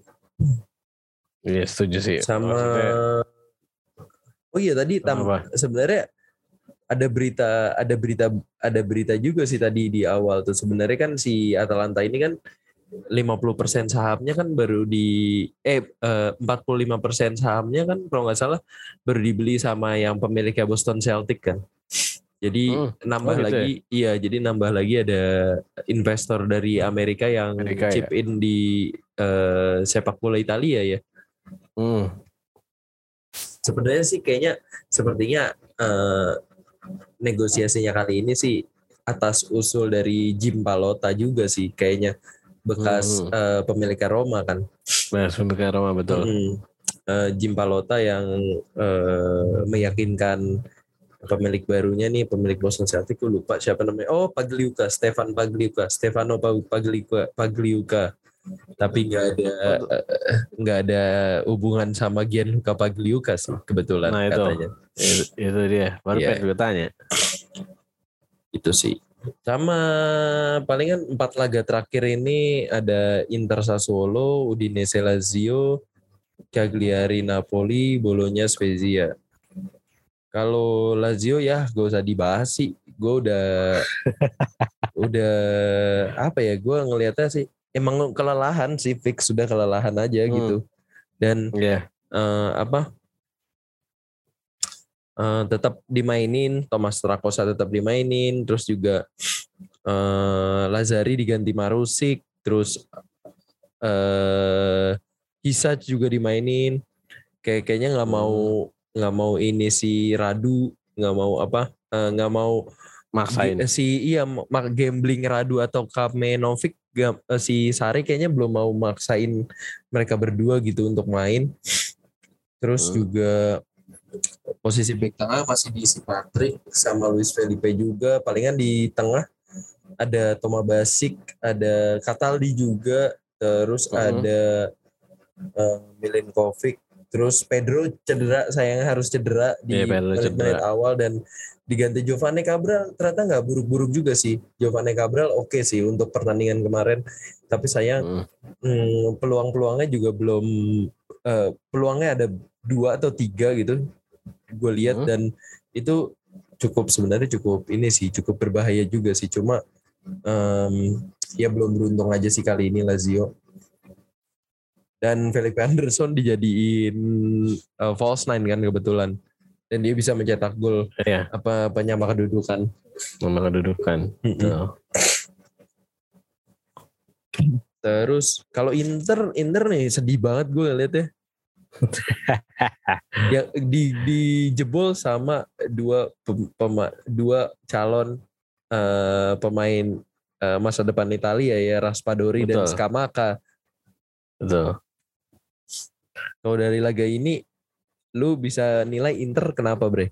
Iya setuju sih. Sama maksudnya, oh iya tadi tam, sebenarnya ada berita ada berita ada berita juga sih tadi di awal tuh. Sebenarnya kan si Atalanta ini kan lima puluh persen sahamnya kan baru di eh empat puluh lima persen sahamnya kan kalau nggak salah baru dibeli sama yang pemiliknya Boston Celtic kan. Jadi hmm. nambah oh gitu lagi ya? Iya jadi nambah lagi ada investor dari Amerika yang Amerika, chip ya? in di uh, sepak bola Italia ya. Hmm. Sebenarnya sih kayaknya sepertinya uh, negosiasinya kali ini sih atas usul dari Jim Pallotta juga sih kayaknya bekas hmm. uh, pemiliknya Roma kan. Bekas pemiliknya Roma betul. Hmm. Uh, Jim Pallotta yang uh, meyakinkan pemilik barunya nih, pemilik Boston Celtic, gue lupa siapa namanya. Oh, Pagliuca, Stefan Pagliuca, Stefano Pagliuca, Pagliuca. Tapi nggak ada nggak uh, ada hubungan sama Gianluca Pagliuca sih kebetulan nah, itu, katanya. Itu, itu dia. Baru yeah. pengen gue tanya. Itu sih. Sama palingan empat laga terakhir ini ada Inter Sassuolo, Udinese Lazio, Cagliari Napoli, Bologna Spezia. Kalau Lazio ya gak usah dibahas sih. Gue udah udah apa ya? Gue ngelihatnya sih emang kelelahan sih, fix sudah kelelahan aja hmm. gitu. Dan yeah. uh, apa? Uh, tetap dimainin, Thomas Trakosa tetap dimainin, terus juga uh, Lazari diganti Marusic, terus uh, Hisac juga dimainin. Kayak kayaknya nggak mau nggak mau ini si Radu, nggak mau apa nggak uh, mau maksain si iya mak gambling Radu atau Kamenovic, si Sari kayaknya belum mau maksain mereka berdua gitu untuk main. Terus hmm. juga posisi bek tengah masih diisi Patrick sama Luis Felipe juga. Palingan di tengah ada Toma Basic, ada Cataldi juga, terus hmm. ada uh, Milinkovic. Terus Pedro cedera, sayang harus cedera di yeah, menit awal dan diganti Giovanni Cabral. Ternyata nggak buruk-buruk juga sih. Giovanni Cabral oke okay sih untuk pertandingan kemarin. Tapi sayang hmm. hmm, peluang-peluangnya juga belum, uh, peluangnya ada dua atau tiga gitu. Gue lihat hmm. dan itu cukup sebenarnya cukup ini sih cukup berbahaya juga sih. Cuma um, ya belum beruntung aja sih kali ini Lazio. Dan Felipe Anderson dijadiin uh, false nine kan kebetulan. Dan dia bisa mencetak gol. Iya. Apa penyama kedudukan. Penyama kedudukan. Mm-hmm. Terus kalau Inter, Inter nih sedih banget gue liatnya. Yang di dijebol sama dua pema, dua calon uh, pemain uh, masa depan Italia ya, Raspadori Betul. dan Scamacca. Betul. Kalau dari laga ini, lu bisa nilai Inter kenapa, Bre?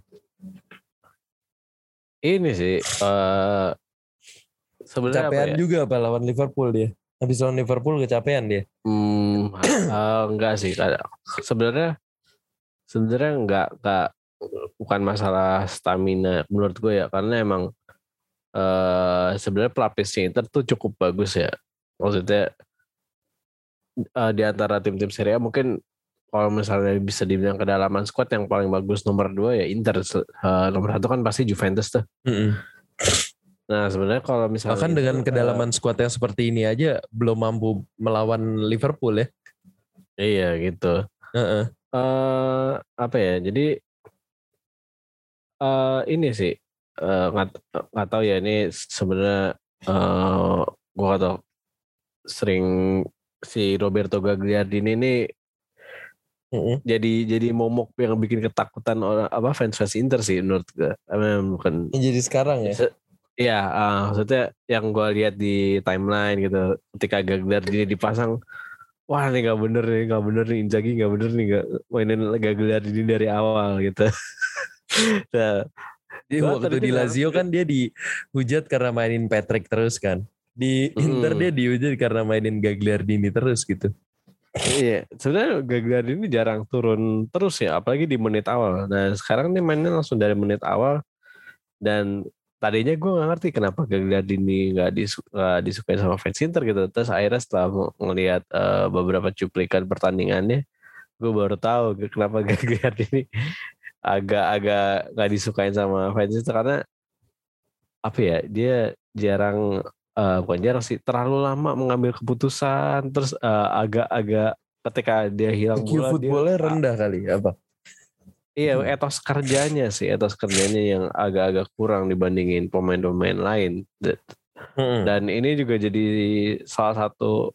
Ini sih, uh, sebenarnya kecapean apa ya? juga apa lawan Liverpool dia? Habis lawan Liverpool kecapean dia? Hmm, uh, enggak sih. Sebenarnya, sebenarnya enggak, enggak, bukan masalah stamina menurut gue ya, karena emang uh, sebenarnya pelapisnya Inter tuh cukup bagus ya. Maksudnya uh, di antara tim-tim Serie A mungkin kalau misalnya bisa dibilang kedalaman squad yang paling bagus nomor dua ya Inter, uh, nomor satu kan pasti Juventus tuh. Mm-hmm. Nah sebenarnya kalau misalnya bahkan dengan itu, kedalaman uh, squad yang seperti ini aja belum mampu melawan Liverpool ya. Iya gitu. Uh-uh. Uh, apa ya? Jadi uh, ini sih nggak uh, nggak tahu ya ini sebenarnya uh, gue nggak tahu sering si Roberto Gagliardini ini Mm-hmm. Jadi jadi momok yang bikin ketakutan orang apa fans-fans Inter sih menurut gue. Bukan. Jadi sekarang ya. Iya, uh, maksudnya yang gue lihat di timeline gitu, ketika Gagliardini dipasang, wah ini nggak bener nih, nggak bener nih Inzaghi nggak bener nih nggak mainin Gagliardini dari awal gitu. Nah, dia waktu di Lazio kan dia dihujat karena mainin Patrick terus kan. Di Inter mm. dia dihujat karena mainin Gagliardini terus gitu. Iya, sebenarnya Gagliardini jarang turun terus ya, apalagi di menit awal. Nah sekarang nih mainnya langsung dari menit awal dan tadinya gue nggak ngerti kenapa Gagliardini nggak disu- disukai sama fans Inter gitu. Terus akhirnya setelah ngelihat uh, beberapa cuplikan pertandingannya, gue baru tahu kenapa Gagliardini agak-agak nggak disukai sama fans Inter karena apa ya dia jarang Uh, bukan jarang sih, terlalu lama mengambil keputusan, terus uh, agak-agak ketika dia hilang bola, footballnya dia, rendah uh, kali apa? Iya, etos kerjanya sih, etos kerjanya yang agak-agak kurang dibandingin pemain-pemain lain. Hmm. Dan ini juga jadi salah satu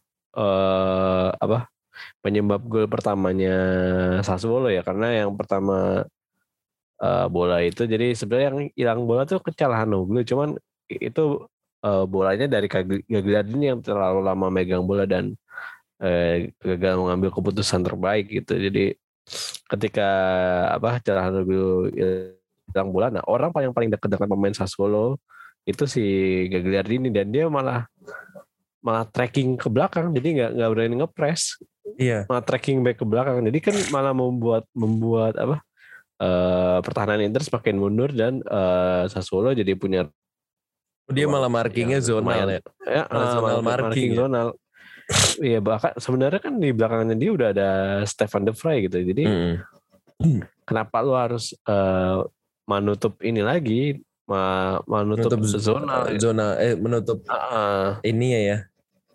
uh, apa penyebab gol pertamanya Sassuolo ya, karena yang pertama uh, bola itu, jadi sebenarnya yang hilang bola tuh ke Calhanoglu, cuman itu Uh, bolanya dari Gagliardini yang terlalu lama megang bola dan uh, gagal mengambil keputusan terbaik gitu. Jadi ketika apa Calhanoglu hilang bola, nah orang paling paling dekat dengan pemain Sassuolo itu si Gagliardini dan dia malah malah tracking ke belakang, jadi nggak nggak berani ngepres. Iya. Malah tracking back ke belakang, jadi kan malah membuat membuat apa uh, pertahanan Inter semakin mundur dan uh, Sassuolo jadi punya dia malah markingnya zonal ya, ya malah zonal uh, marking, marking zonal. Iya bahkan sebenarnya kan di belakangnya dia udah ada Stefan De Vrij gitu, jadi mm. kenapa lu harus uh, menutup ini lagi, ma- menutup menutup zona, zona, eh menutup uh, ini ya ya,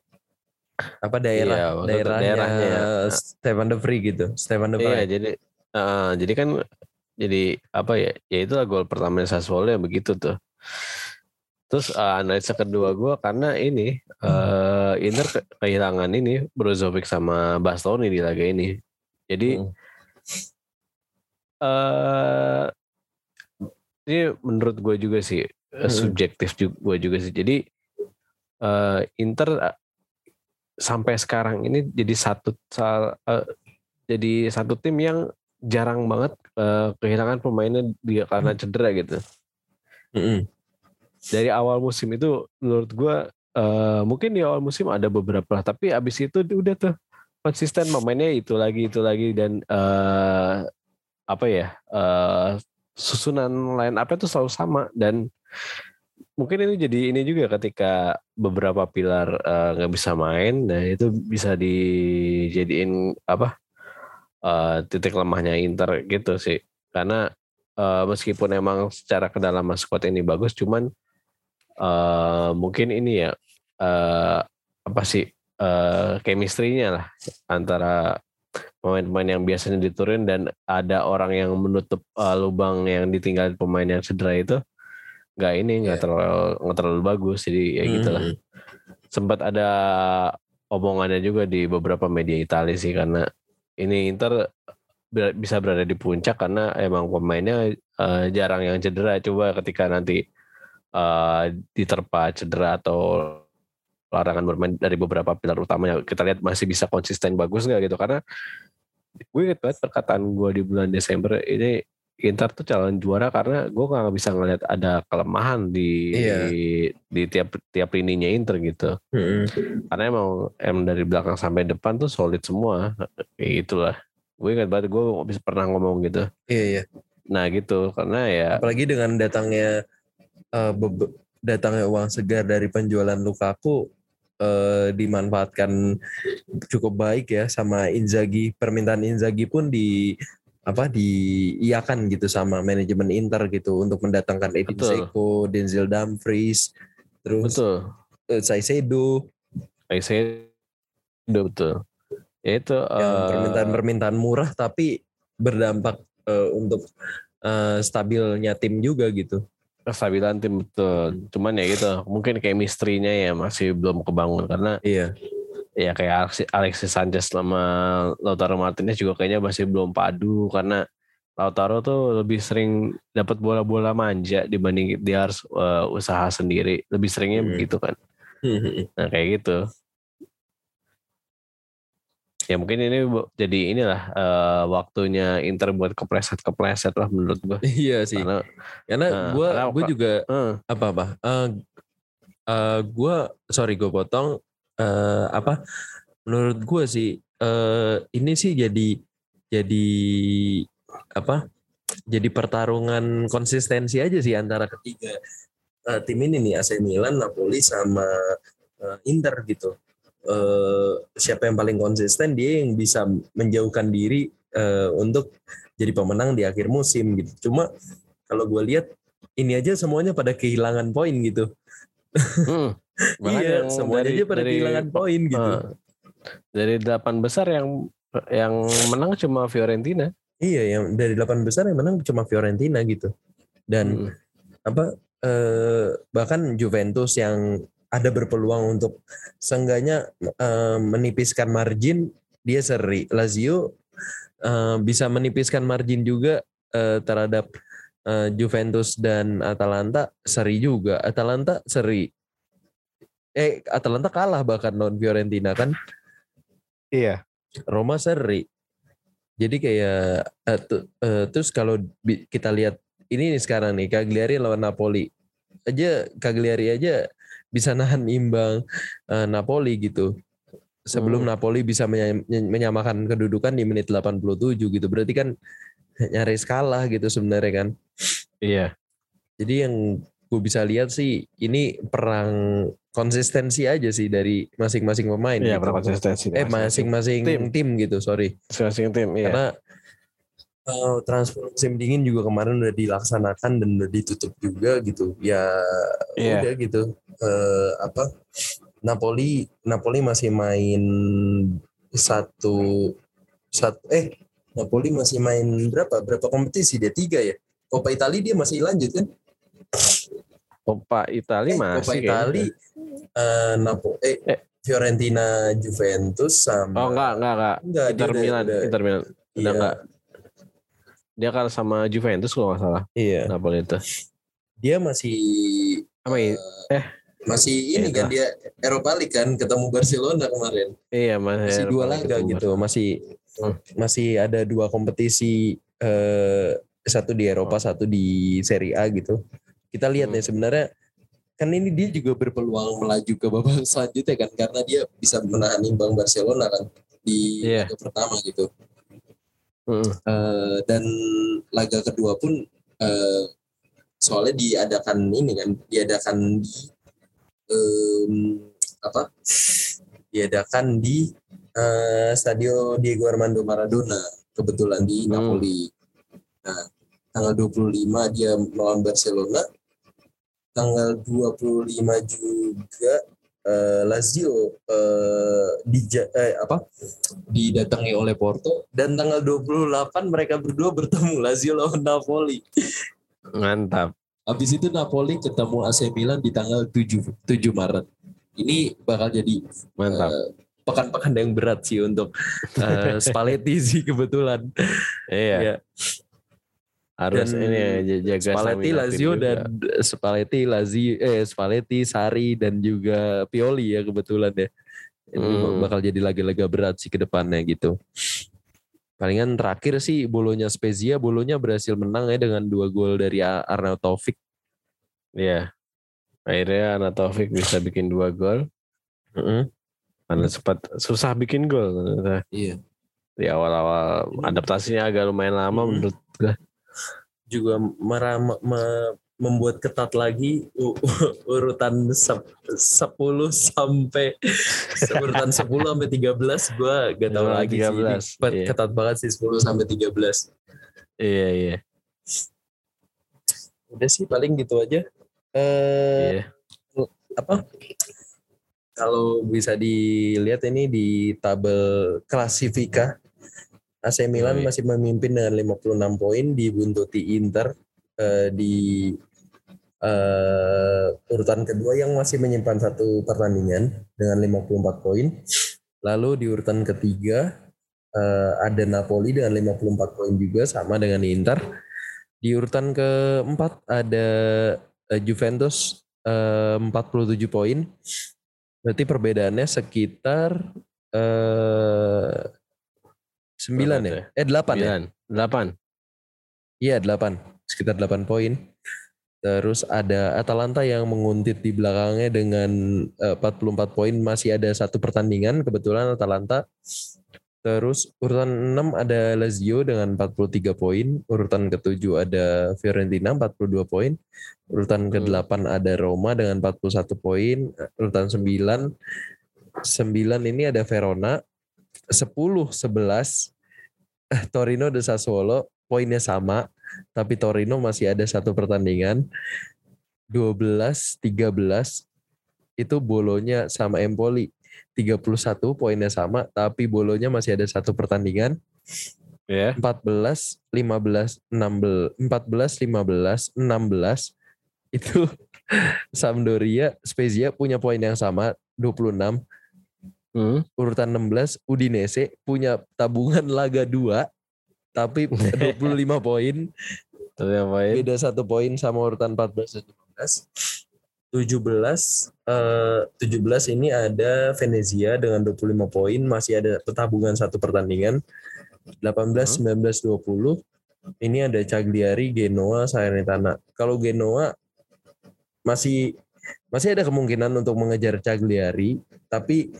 apa daerah iya, daerahnya, daerahnya ya. Stefan De Vrij gitu, Stefan De Vrij. Iya jadi, uh, jadi kan jadi apa ya, ya itulah gol pertama Sassuolo yang begitu tuh. Terus uh, analisa kedua gue karena ini uh, Inter ke- kehilangan ini Brozovic sama Bastoni di laga ini. Jadi hmm. uh, ini menurut gue juga sih hmm. subjektif gue juga sih. Jadi uh, Inter uh, sampai sekarang ini jadi satu uh, jadi satu tim yang jarang banget uh, kehilangan pemainnya dia karena cedera gitu. Hmm. Dari awal musim itu menurut gue uh, mungkin di awal musim ada beberapa, tapi abis itu udah tuh konsisten pemainnya itu lagi itu lagi dan uh, apa ya uh, susunan line up-nya tuh selalu sama dan mungkin ini jadi ini juga ketika beberapa pilar nggak uh, bisa main, nah itu bisa dijadiin apa uh, titik lemahnya Inter gitu sih, karena uh, meskipun emang secara kedalaman squad ini bagus, cuman Uh, mungkin ini ya uh, apa sih uh, chemistry-nya lah antara pemain-pemain yang biasanya diturunin dan ada orang yang menutup uh, lubang yang ditinggalin pemain yang cedera itu nggak ini nggak yeah. terlalu nggak terlalu bagus, jadi ya mm-hmm. gitulah. Sempat ada omongannya juga di beberapa media Italia sih, karena ini Inter bisa berada di puncak karena emang pemainnya uh, jarang yang cedera. Coba ketika nanti uh, diterpa cedera atau larangan bermain dari beberapa pilar utamanya, kita lihat masih bisa konsisten bagus nggak gitu. Karena gue inget banget perkataan gue di bulan Desember ini, Inter tuh calon juara karena gue nggak bisa ngelihat ada kelemahan di iya. di, di tiap tiap lininya Inter gitu. Mm-hmm. Karena emang emang dari belakang sampai depan tuh solid semua, kayak gitulah. Gue inget banget gue bisa pernah ngomong gitu. Iya iya. Nah gitu, karena ya apalagi dengan datangnya uh, be- datangnya uang segar dari penjualan Lukaku. Uh, dimanfaatkan cukup baik ya sama Inzaghi. Permintaan Inzaghi pun di apa diiyakan gitu sama manajemen Inter gitu untuk mendatangkan Edin Dzeko, Denzel Dumfries, terus betul. Uh, Caicedo, Caicedo betul. Ya itu yang uh, permintaan-permintaan murah tapi berdampak uh, untuk uh, stabilnya tim juga gitu. Kestabilan tim betul. Cuman ya gitu, mungkin chemistry-nya ya masih belum kebangun karena iya. Ya kayak Alexis Sanchez sama Lautaro Martinez juga kayaknya masih belum padu, karena Lautaro tuh lebih sering dapat bola-bola manja dibanding dia harus uh, usaha sendiri. Lebih seringnya hmm. begitu kan. Nah kayak gitu. Ya mungkin ini jadi inilah uh, waktunya Inter buat kepleset-kepleset lah menurut gue. Iya sih. Karena, karena uh, gue gue juga uh, apa apa. Uh, uh, gue sorry gue potong. Uh, apa? Menurut gue sih uh, ini sih jadi jadi apa? Jadi pertarungan konsistensi aja sih antara ketiga uh, tim ini nih, A C Milan, Napoli sama uh, Inter gitu. Uh, siapa yang paling konsisten dia yang bisa menjauhkan diri uh, untuk jadi pemenang di akhir musim gitu. Cuma kalau gue lihat ini aja semuanya pada kehilangan poin gitu. Hmm, iya, semuanya dari, aja pada dari, kehilangan poin gitu. Uh, dari delapan besar yang yang menang cuma Fiorentina. Iya, yang dari delapan besar yang menang cuma Fiorentina gitu. Dan hmm. apa uh, bahkan Juventus yang ada berpeluang untuk seenggaknya uh, menipiskan margin, dia seri. Lazio uh, bisa menipiskan margin juga uh, terhadap uh, Juventus dan Atalanta, seri juga. Atalanta seri. Eh Atalanta kalah bahkan non Fiorentina kan. Iya. Roma seri. Jadi kayak uh, t- uh, terus kalau bi- kita lihat ini nih sekarang nih Cagliari lawan Napoli. Aja Cagliari aja bisa nahan imbang uh, Napoli gitu. Sebelum hmm. Napoli bisa menyam, menyamakan kedudukan di menit delapan puluh tujuh gitu. Berarti kan nyaris kalah gitu sebenarnya kan. Iya. Jadi yang gue bisa lihat sih ini perang konsistensi aja sih dari masing-masing pemain. Iya, gitu. perang konsistensi. Eh masing-masing tim. tim gitu, sorry. Masing-masing tim, iya. Karena Uh, transfer musim dingin juga kemarin udah dilaksanakan dan udah ditutup juga gitu ya yeah. Udah gitu uh, apa Napoli Napoli masih main satu satu eh Napoli masih main berapa berapa kompetisi dia tiga ya Coppa Italia dia masih lanjut kan Coppa Italia eh, masih Coppa Italia uh, Napoli eh, eh Fiorentina Juventus sama oh enggak enggak enggak, enggak Inter Milan udah, Inter Milan udah iya. enggak. Dia kalah sama Juventus kalau nggak salah. Iya. Napoli itu. Dia masih apa uh, eh masih ini kan dia Eropa League kan ketemu Barcelona kemarin. Iya masih, masih dua laga gitu, Barcelona. masih hmm. masih ada dua kompetisi eh, satu di Eropa, oh. satu di Serie A gitu. Kita lihat hmm. nih sebenarnya kan ini dia juga berpeluang melaju ke babak selanjutnya kan karena dia bisa menahan imbang Barcelona kan di yeah. laga pertama gitu. Uh. Uh, dan laga kedua pun uh, soalnya diadakan ini kan diadakan di um, apa diadakan di uh, Stadio Diego Armando Maradona kebetulan di hmm. Napoli. Nah tanggal dua puluh lima dia melawan Barcelona, tanggal dua puluh lima juga uh, Lazio uh, di eh, apa didatangi oleh Porto, dan tanggal dua puluh delapan mereka berdua bertemu, Lazio lawan Napoli. Mantap. Habis itu Napoli ketemu A C Milan di tanggal tujuh Maret. Ini bakal jadi mantap. Uh, pekan-pekan yang berat sih untuk uh, Spalletti sih kebetulan. Iya. Ya. Harus Dan ini ya, jaga Spalletti, Lazio juga. Dan Spalletti, Lazio, eh Spalletti, Sarri dan juga Pioli ya kebetulan ya. Ini hmm. bakal jadi laga-laga berat sih ke depannya gitu. Palingan terakhir sih Bolonya Spezia, Bolonya berhasil menang ya dengan dua gol dari Arnautovic. Iya. Akhirnya Arnautovic bisa bikin dua gol. Mm-hmm. Karena sempat susah bikin gol. Iya. Di awal-awal adaptasinya agak lumayan lama mm-hmm. menurut gue. Juga merah, me, membuat ketat lagi uh, uh, urutan sepuluh sampai urutan sepuluh sampai tiga belas gue gak tahu lagi tiga belas. Sih. Ini iya. Ketat banget sih sepuluh sampai tiga belas. Iya iya. Udah sih paling gitu aja. Eh iya. Apa? Kalau bisa dilihat ini di tabel klasifika, A C Milan oh, iya. masih memimpin dengan lima puluh enam poin, dibuntuti Inter eh, di eh, urutan kedua yang masih menyimpan satu pertandingan dengan lima puluh empat poin. Lalu di urutan ketiga eh, ada Napoli dengan lima puluh empat poin juga sama dengan Inter. Di urutan keempat ada eh, Juventus eh, empat puluh tujuh poin. Berarti perbedaannya sekitar eh, sembilan ya? Eh delapan ya? delapan. Iya delapan. Sekitar delapan poin. Terus ada Atalanta yang menguntit di belakangnya dengan eh, empat puluh empat poin. Masih ada satu pertandingan kebetulan Atalanta. Terus urutan enam ada Lazio dengan empat puluh tiga poin. Urutan ketujuh ada Fiorentina empat puluh dua poin. Urutan kedelapan hmm. ada Roma dengan empat puluh satu poin. Urutan sembilan sembilan ini ada Verona. sepuluh sebelas eh, Torino dan Sassuolo poinnya sama, tapi Torino masih ada satu pertandingan. dua belas tiga belas itu Bolonya sama Empoli. tiga puluh satu poinnya sama, tapi Bolonya masih ada satu pertandingan. Yeah. empat belas lima belas enam belas empat belas lima belas enam belas itu Sampdoria, Spezia punya poin yang sama dua puluh enam. Hmm. Urutan enam belas Udinese punya tabungan laga dua tapi dua puluh lima poin. Beda satu poin sama urutan empat belas dan lima belas. tujuh belas uh, tujuh belas ini ada Venezia dengan dua puluh lima poin, masih ada pertabungan satu pertandingan. delapan belas, sembilan belas, dua puluh ini ada Cagliari, Genoa, Salernitana. Kalau Genoa masih masih ada kemungkinan untuk mengejar Cagliari, tapi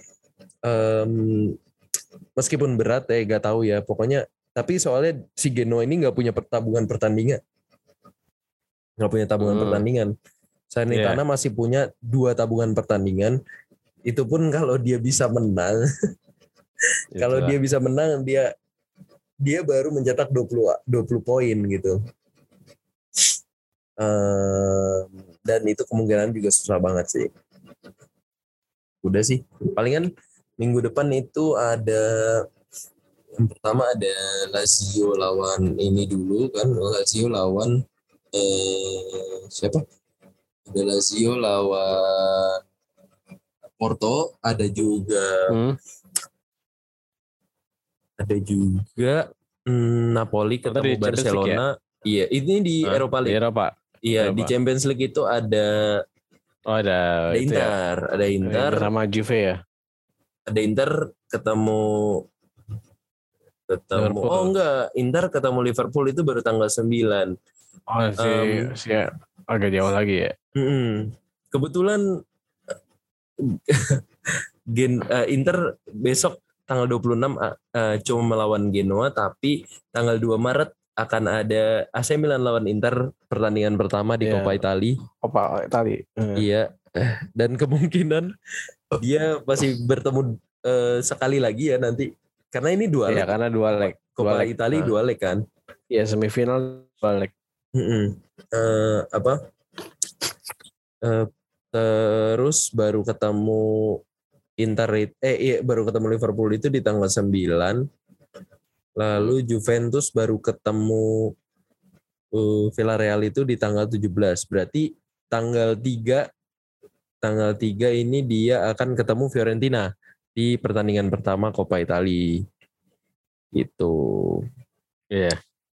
um, meskipun berat ya gak tahu ya, pokoknya tapi soalnya si Genoa ini nggak punya tabungan pertandingan, nggak punya tabungan hmm. pertandingan. Salernitana yeah. masih punya dua tabungan pertandingan. Itu pun kalau dia bisa menang. Kalau dia bisa menang, dia dia baru mencetak dua puluh poin gitu. Uh, dan itu kemungkinan juga susah banget sih. Udah sih. Palingan minggu depan itu ada yang pertama ada Lazio lawan ini dulu kan. Lazio lawan eh, siapa? Ada Lazio lawan Porto, ada juga hmm. ada juga hmm, Napoli ketemu Barcelona. Ya? Iya, ini di ah, Eropa League. Di Eropa. Iya, Eropa. Di Champions League itu ada oh ada, ada Inter, ya? ada Inter sama Juve ya. Ada Inter ketemu ketemu Liverpool. Oh enggak, Inter ketemu Liverpool itu baru tanggal sembilan. Oh, si, um, si agak jauh lagi ya. Mm-mm. Kebetulan Gen, uh, Inter besok tanggal dua puluh enam uh, uh, cuma melawan Genoa, tapi tanggal dua Maret akan ada A C Milan lawan Inter pertandingan pertama di yeah. Coppa Italia. Coppa Italia. Mm. Iya. Dan kemungkinan dia masih bertemu uh, sekali lagi ya nanti. Karena ini dua leg. Iya, karena dua leg. Coppa Italia dua leg kan. Iya, semifinal dua leg. Uh, apa? Uh, Terus baru ketemu Inter eh iya, baru ketemu Liverpool itu di tanggal sembilan. Lalu Juventus baru ketemu uh, Villarreal itu di tanggal tujuh belas. Berarti tanggal tiga tanggal tiga ini dia akan ketemu Fiorentina di pertandingan pertama Coppa Italia. Gitu. Iya. Yeah.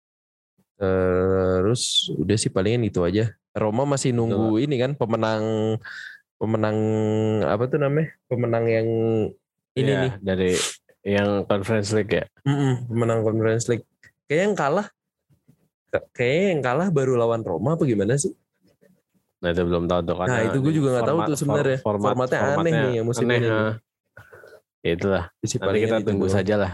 Terus udah sih palingan itu aja. Roma masih nunggu Betul. Ini kan pemenang pemenang apa tuh namanya? Pemenang yang ini yeah, nih dari yang Conference League ya. Mm-mm, pemenang Conference League. Kayaknya yang kalah kayaknya yang kalah baru lawan Roma apa gimana sih? Nah itu belum tahu tuh. Nah itu gue juga nggak tahu tuh sebenarnya. Format, formatnya, formatnya aneh nih ya musim aneh, ini. Ha. Itulah. Nanti kita tunggu doang. Saja lah.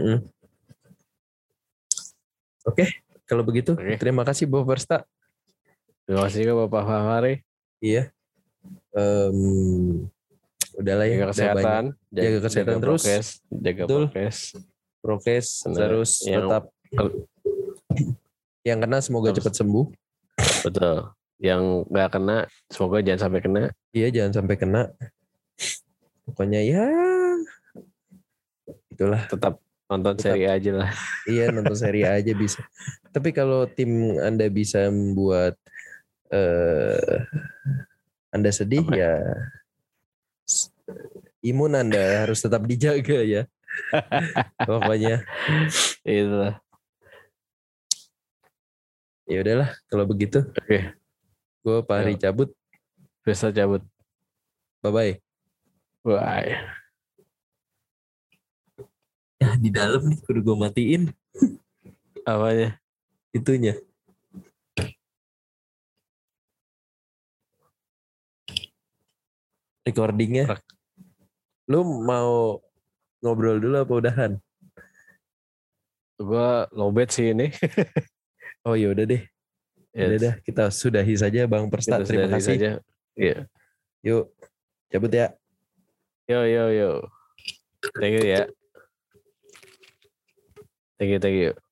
Oke, okay, kalau begitu okay. Terima kasih Bapak Versta. Terima kasih juga Bapak Fahri. Iya. Um, udahlah ya. Jaga kesehatan. Jaga, jaga kesehatan jaga terus. Prokes, jaga Betul. prokes. Prokes terus yang, tetap. Yang kena semoga cepat sembuh. Betul. Yang nggak kena semoga jangan sampai kena. Iya jangan sampai kena. Pokoknya ya itulah. Tetap nonton tetap, seri aja lah. Iya nonton seri aja bisa. Tapi kalau tim Anda bisa membuat uh, Anda sedih Apa? Ya imun Anda harus tetap dijaga ya. Pokoknya itulah. Ya udahlah kalau begitu. Oke. Okay. Gue Pak Hari cabut. Bisa cabut. Bye bye. Bye. Ya di dalam nih kudu gue matiin. Apanya? Itunya. Recordingnya. Lu mau ngobrol dulu apa udahan? Gue lowbat sih ini. Oh yaudah deh. Yes. Udah dah kita sudahi saja Bang Persta. Terima kasih. Saja. Yeah. Yuk cabut ya. Yo yo yo. Thank you ya. Thank you thank you.